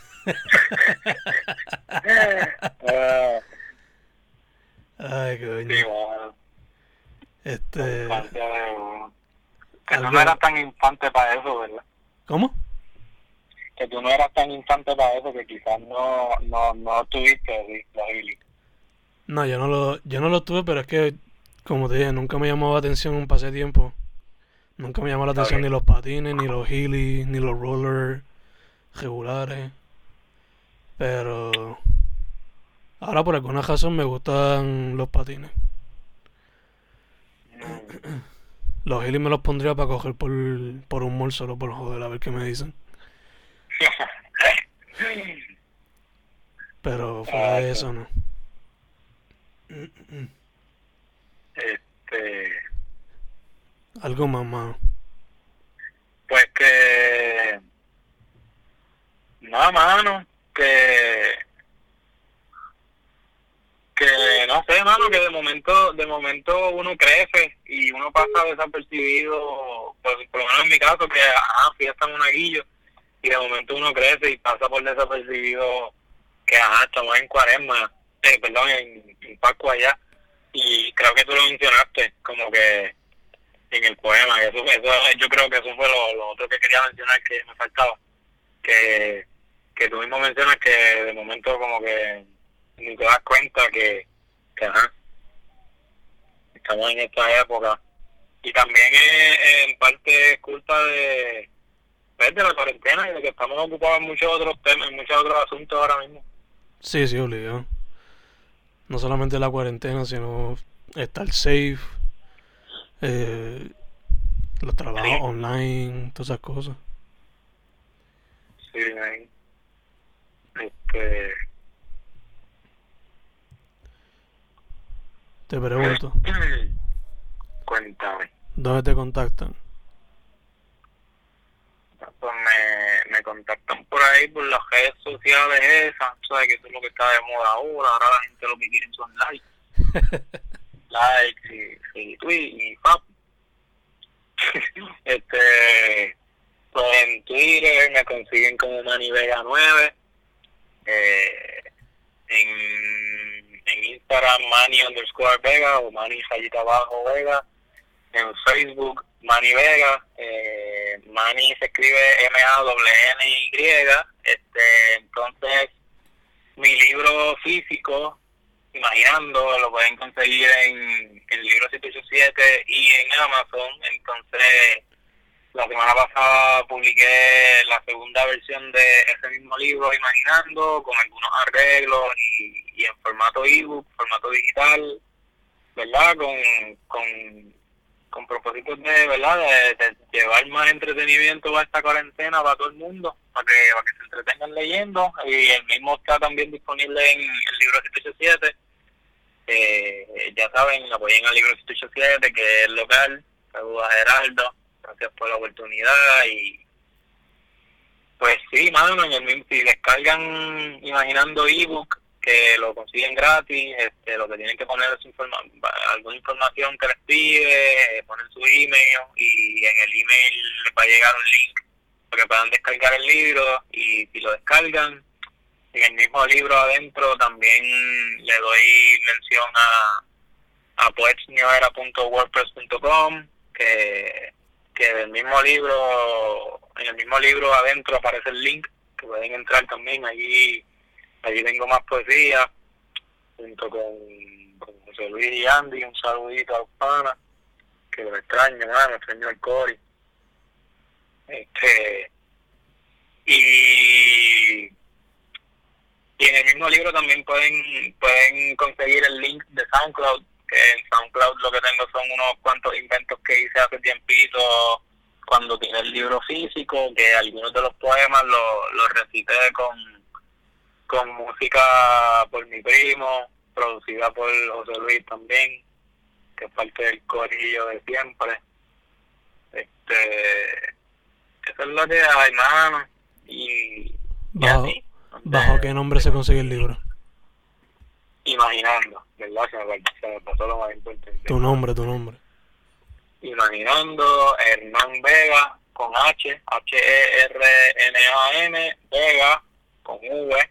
Ah, Ay, sí, coño. bueno, la Este... infancia de uno. Que tú no Algo... eras tan infante para eso, ¿verdad? ¿Cómo? Que tú no eras tan infante para eso, que quizás no, no, no tuviste los Heelys. No, yo no lo, yo no lo tuve, pero es que, como te dije, nunca me llamó la atención un pasatiempo. Nunca me llamó la atención ni Okay. los patines, ni los heelys, ni los rollers regulares. Pero ahora por alguna razón me gustan los patines. Mm. Los heelys me los pondría para coger por, por un mall solo por joder, a ver qué me dicen. Pero fuera Ah, de pues, eso, no. este, Algo más, mano. pues que, no, mano, que, que no sé, mano, que de momento, de momento uno crece y uno pasa desapercibido, por, por lo menos en mi caso, que ajá, fui hasta Monaguillo, y de momento uno crece y pasa por desapercibido que ajá, estamos en Cuaresma, eh, perdón, en, en Pascua allá, y creo que tú lo mencionaste, como que en el poema, que eso, eso, yo creo que eso fue lo, lo otro que quería mencionar que me faltaba, que, que tú mismo mencionas que de momento como que ni te das cuenta que, que ajá, estamos en esta época, y también es, en parte es culpa de, pues, de la cuarentena y de que estamos ocupados en muchos otros temas, en muchos otros asuntos ahora mismo. Sí, sí, obligado. No solamente la cuarentena, sino estar safe, eh, los trabajos Sí, online, todas esas cosas. sí, man. Este, Te pregunto, cuéntame. ¿dónde te contactan? Pues me, me contactan por ahí, por las redes sociales esas, sabes que eso es lo que está de moda ahora, ahora la gente lo que quiere son likes, likes y, y tweets y pap. Este, pues en Twitter me consiguen como Manny Vega nueve, eh, en, en Instagram Manny underscore Vega o Manny rayita abajo Vega, en Facebook, Manny Vega. Eh, Manny se escribe M A N N Y. Este, entonces, mi libro físico, Imaginando, lo pueden conseguir en el libro siete ocho siete y en Amazon. Entonces, la semana pasada publiqué la segunda versión de ese mismo libro, Imaginando, con algunos arreglos y, y en formato ebook, formato digital, ¿verdad? Con, con, con propósitos de, ¿verdad? De, de llevar más entretenimiento a esta cuarentena para todo el mundo, para que, para que se entretengan leyendo. Y el mismo está también disponible en el libro siete ocho siete. Eh, ya saben, apoyen al libro siete ocho siete, que es local. Saludos a Geraldo. Gracias por la oportunidad. Y pues sí, mano, en el mismo, si descargan Imaginando ebook, que lo consiguen gratis, este, lo que tienen que poner es informa alguna información que les pide, ponen su email y en el email les va a llegar un link para que puedan descargar el libro. Y si lo descargan, en el mismo libro adentro también le doy mención a, a poetsnewera punto wordpress punto com, que que del mismo libro, en el mismo libro adentro aparece el link, que pueden entrar también. Allí allí tengo más poesía, junto con, con José Luis y Andy. Un saludito a los panas, que lo extraño, mano, extraño el Cori. Este, y, y en el mismo libro también pueden, pueden conseguir el link de SoundCloud, que en SoundCloud lo que tengo son unos cuantos inventos que hice hace tiempito cuando tiene el libro físico, que algunos de los poemas los lo recité con, con música por mi primo, producida por José Luis también, que es parte del corillo de siempre. Este, eso es lo que hay, mano. Y, ¿Bajo, y así, ¿bajo qué nombre se consigue el libro? Imaginando, ¿verdad? Se me, se me pasó lo más importante. Tu nombre, tu nombre. Imaginando, Hernán Vega, con H, H E R N A N, Vega, con V.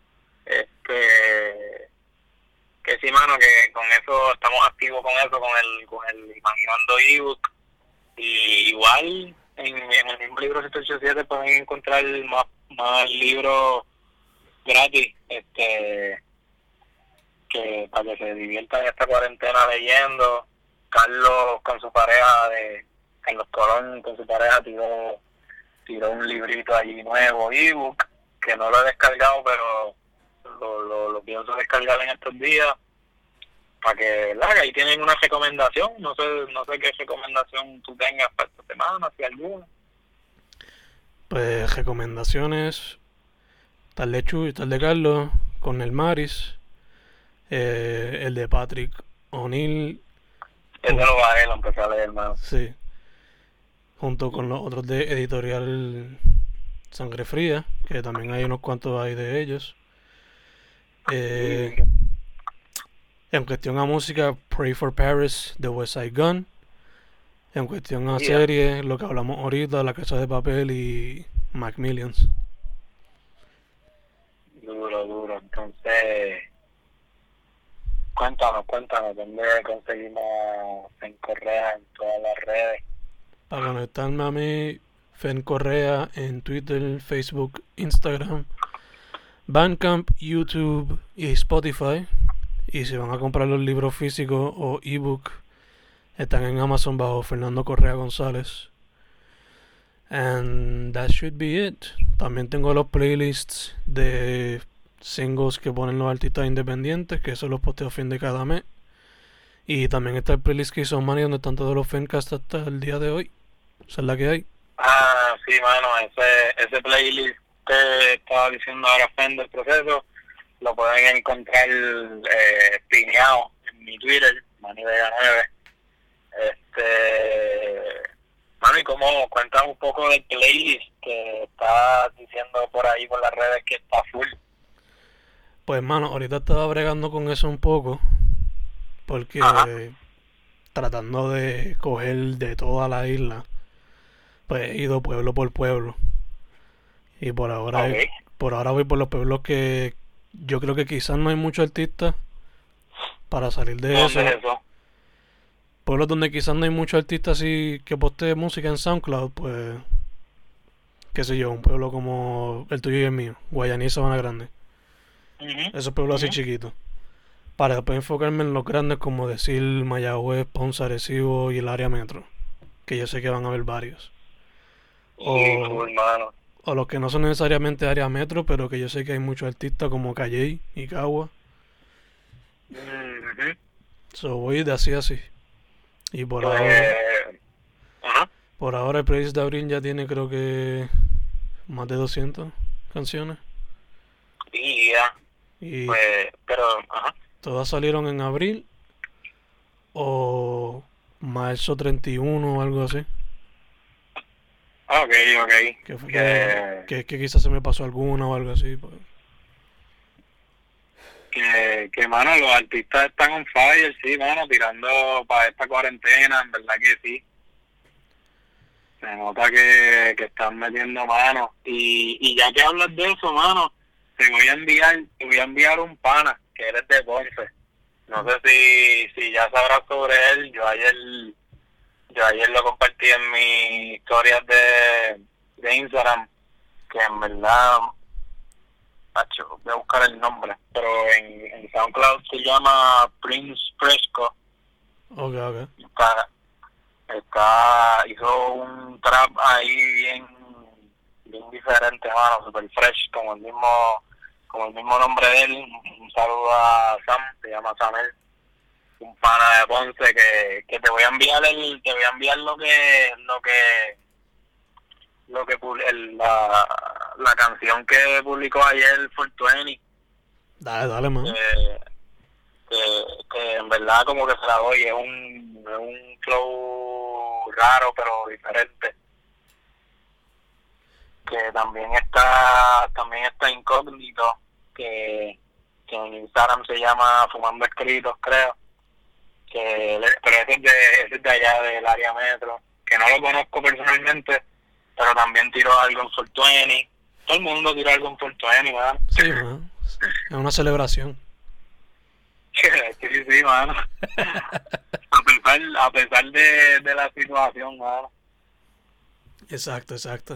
Este, que sí, mano, que con eso, estamos activos con eso, con el, con el Imaginando ebook. Y igual, en, en el mismo libro siete ocho siete pueden encontrar más, más libros gratis, este, que para que se diviertan en esta cuarentena leyendo. Carlos con su pareja de Carlos Colón con su pareja tiró tiró un librito allí nuevo, ebook, que no lo he descargado, pero lo, lo, lo pienso descargar en estos días, para que, ¿verdad? Que ahí tienen una recomendación. No sé, no sé qué recomendación tú tengas para esta semana, si alguna. Pues recomendaciones, tal de Chuy, tal de Carlos, con el Maris, eh, el de Patrick O'Neill. Ese lo bajé, lo empecé a leer más. Sí. Junto con los otros de Editorial Sangre Fría, que también hay unos cuantos ahí de ellos. Eh, sí. En cuestión a música, Pray for Paris de West Side Gun. En cuestión a yeah. serie, lo que hablamos ahorita, La Casa de Papel y Macmillions. Duro, duro. Entonces, cuéntanos, cuéntanos, ¿dónde conseguimos Fen Correa en todas las redes? Para conectarme a mí, Fen Correa en Twitter, Facebook, Instagram, Bandcamp, YouTube y Spotify. Y si van a comprar los libros físicos o ebook, están en Amazon bajo Fernando Correa González. And that should be it. También tengo los playlists de singles que ponen los artistas independientes, que eso los posteo a fin de cada mes. Y también está el playlist que hizo Manny, donde están todos los Fencast hasta el día de hoy. Esa es la que hay. Ah, sí, mano, ese, ese playlist que estaba diciendo ahora Fen del proceso, lo pueden encontrar eh, piñado en mi Twitter, Manny Vega nueve. Este, mano, y como cuentas un poco del playlist que estás diciendo por ahí por las redes que está full. Pues, mano, ahorita estaba bregando con eso un poco, porque eh, tratando de coger de toda la isla, pues he ido pueblo por pueblo. Y por ahora, okay. por ahora voy por los pueblos que yo creo que quizás no hay muchos artistas para salir de eso. ¿Dónde es eso? pueblos donde quizás no hay muchos artistas así que posteen música en SoundCloud, pues, qué sé yo, un pueblo como el tuyo y el mío, Guayaní y Sabana Grande. Ujú, Esos pueblos así ujú. chiquitos. Para después enfocarme en los grandes como decir Mayagüez, Ponce, Arecibo y el área metro. Que yo sé que van a haber varios. Sí, O, full, mano. o los que no son necesariamente área metro, pero que yo sé que hay muchos artistas como Calle y Cagua. Ujú. So voy de así a así. Y por ahora, Pues, ajá. por ahora el playlist de abril ya tiene creo que más de doscientas canciones. Y ya, Y pues, pero, ajá. todas salieron en abril o marzo treinta y uno o algo así. Ok, ok. Que fue que, Que, que, que quizás se me pasó alguna o algo así. Pues. que, que, mano, los artistas están on fire, sí, mano, tirando para esta cuarentena, en verdad que sí. Se nota que, que están metiendo mano. Y, y ya que hablas de eso, mano, te voy a enviar, te voy a enviar un pana, que eres de Ponce. No sé si, si ya sabrás sobre él. Yo ayer, yo ayer lo compartí en mis historias de, de Instagram, que en verdad, macho, voy a buscar el nombre, pero en, en SoundCloud se llama Prince Fresco. Ok, ok. Está, está, hizo un trap ahí bien, bien diferente, mano, super fresh, como el mismo, como el mismo nombre de él. Un saludo a Sam, se llama Samuel, un pana de Ponce, que, que te voy a enviar el, te voy a enviar lo que, lo que, lo que pub- el, la, la canción que publicó ayer cuarenta. Dale, dale, man. eh, que, que en verdad como que se la doy, es un, es un flow raro pero diferente, que también está, también está incógnito, que, que en Instagram se llama Fumando Escritos, creo, que le- pero ese es de, ese es de allá del área metro, que no lo conozco personalmente, pero también tiró algo en cuarenta. Todo el mundo tiró algo en cuarenta, ¿verdad? Sí, man. Es una celebración. Sí, sí, mano. A pesar, a pesar de, de la situación, mano. Exacto, exacto.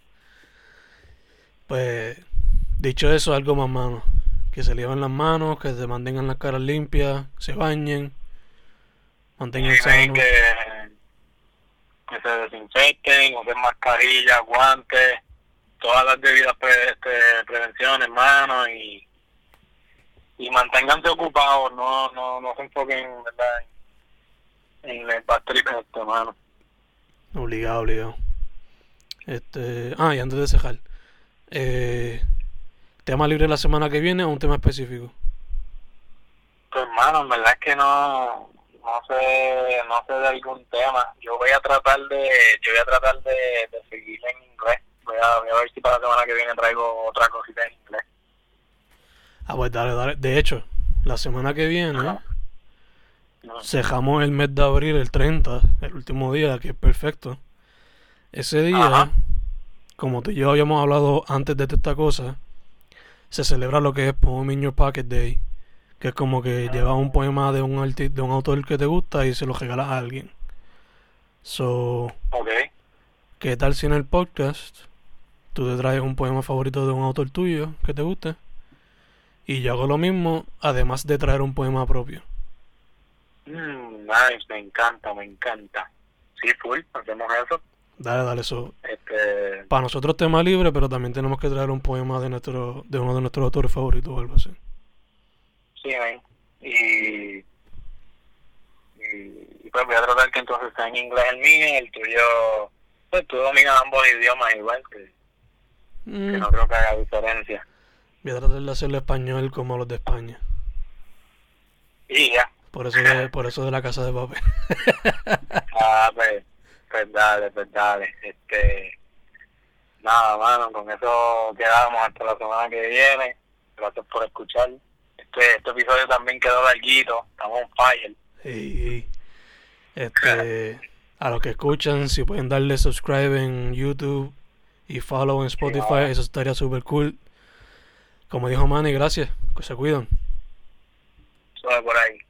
Pues, dicho eso, algo más, mano. Que se laven las manos, que se mantengan las caras limpias, se bañen, Y mantengan ven sanos. que, que se desinfecten, usen mascarillas, guantes, todas las debidas pre, este, prevenciones, mano, y, y manténganse ocupados, no, no, no se enfoquen, ¿verdad?, en, en el backtrip este, mano. Obligado, obligado. Este. Ah, y antes de cejar. Eh, ¿tema libre la semana que viene o un tema específico? Pues, mano, en verdad es que no, no sé, no sé de algún tema. Yo voy a tratar de, yo voy a tratar de, de seguir en inglés. Voy a, voy a ver si para la semana que viene traigo otra cosita en inglés. Ah, pues dale, dale. De hecho, la semana que viene Ajá. No. cejamos el mes de abril, el treinta, el último día, que es perfecto. Ese día, Ajá. como tú y yo habíamos hablado antes de esta cosa, se celebra lo que es Poem in Your Pocket Day, que es como que llevas un poema de un arti- de un autor que te gusta y se lo regalas a alguien. So, Ok. ¿qué tal si en el podcast tú te traes un poema favorito de un autor tuyo que te guste? Y yo hago lo mismo, además de traer un poema propio. Mm, nice, me encanta, me encanta. Sí, full, hacemos eso. Dale, dale, eso. Este, Para nosotros tema libre, pero también tenemos que traer un poema de nuestro de uno de nuestros autores favoritos o algo así. sí, man. Y, y, y pues voy a tratar que entonces sea en inglés el mío, el tuyo, pues tú dominas ambos idiomas igual, que, que Mm, no creo que haga diferencia. voy a tratar de hacerlo español como los de España. Y ya. Por eso de, por eso de la casa de papel. Ah, pues, pues dale, pues dale. Este, nada, mano, con eso quedamos hasta la semana que viene. Gracias por escuchar. Este, este episodio también quedó larguito, estamos on fire. Y este, a los que escuchan, si pueden darle subscribe en YouTube y follow en Spotify, Sí, eso estaría súper cool. Como dijo Manny, gracias, que se cuidan. suave por ahí.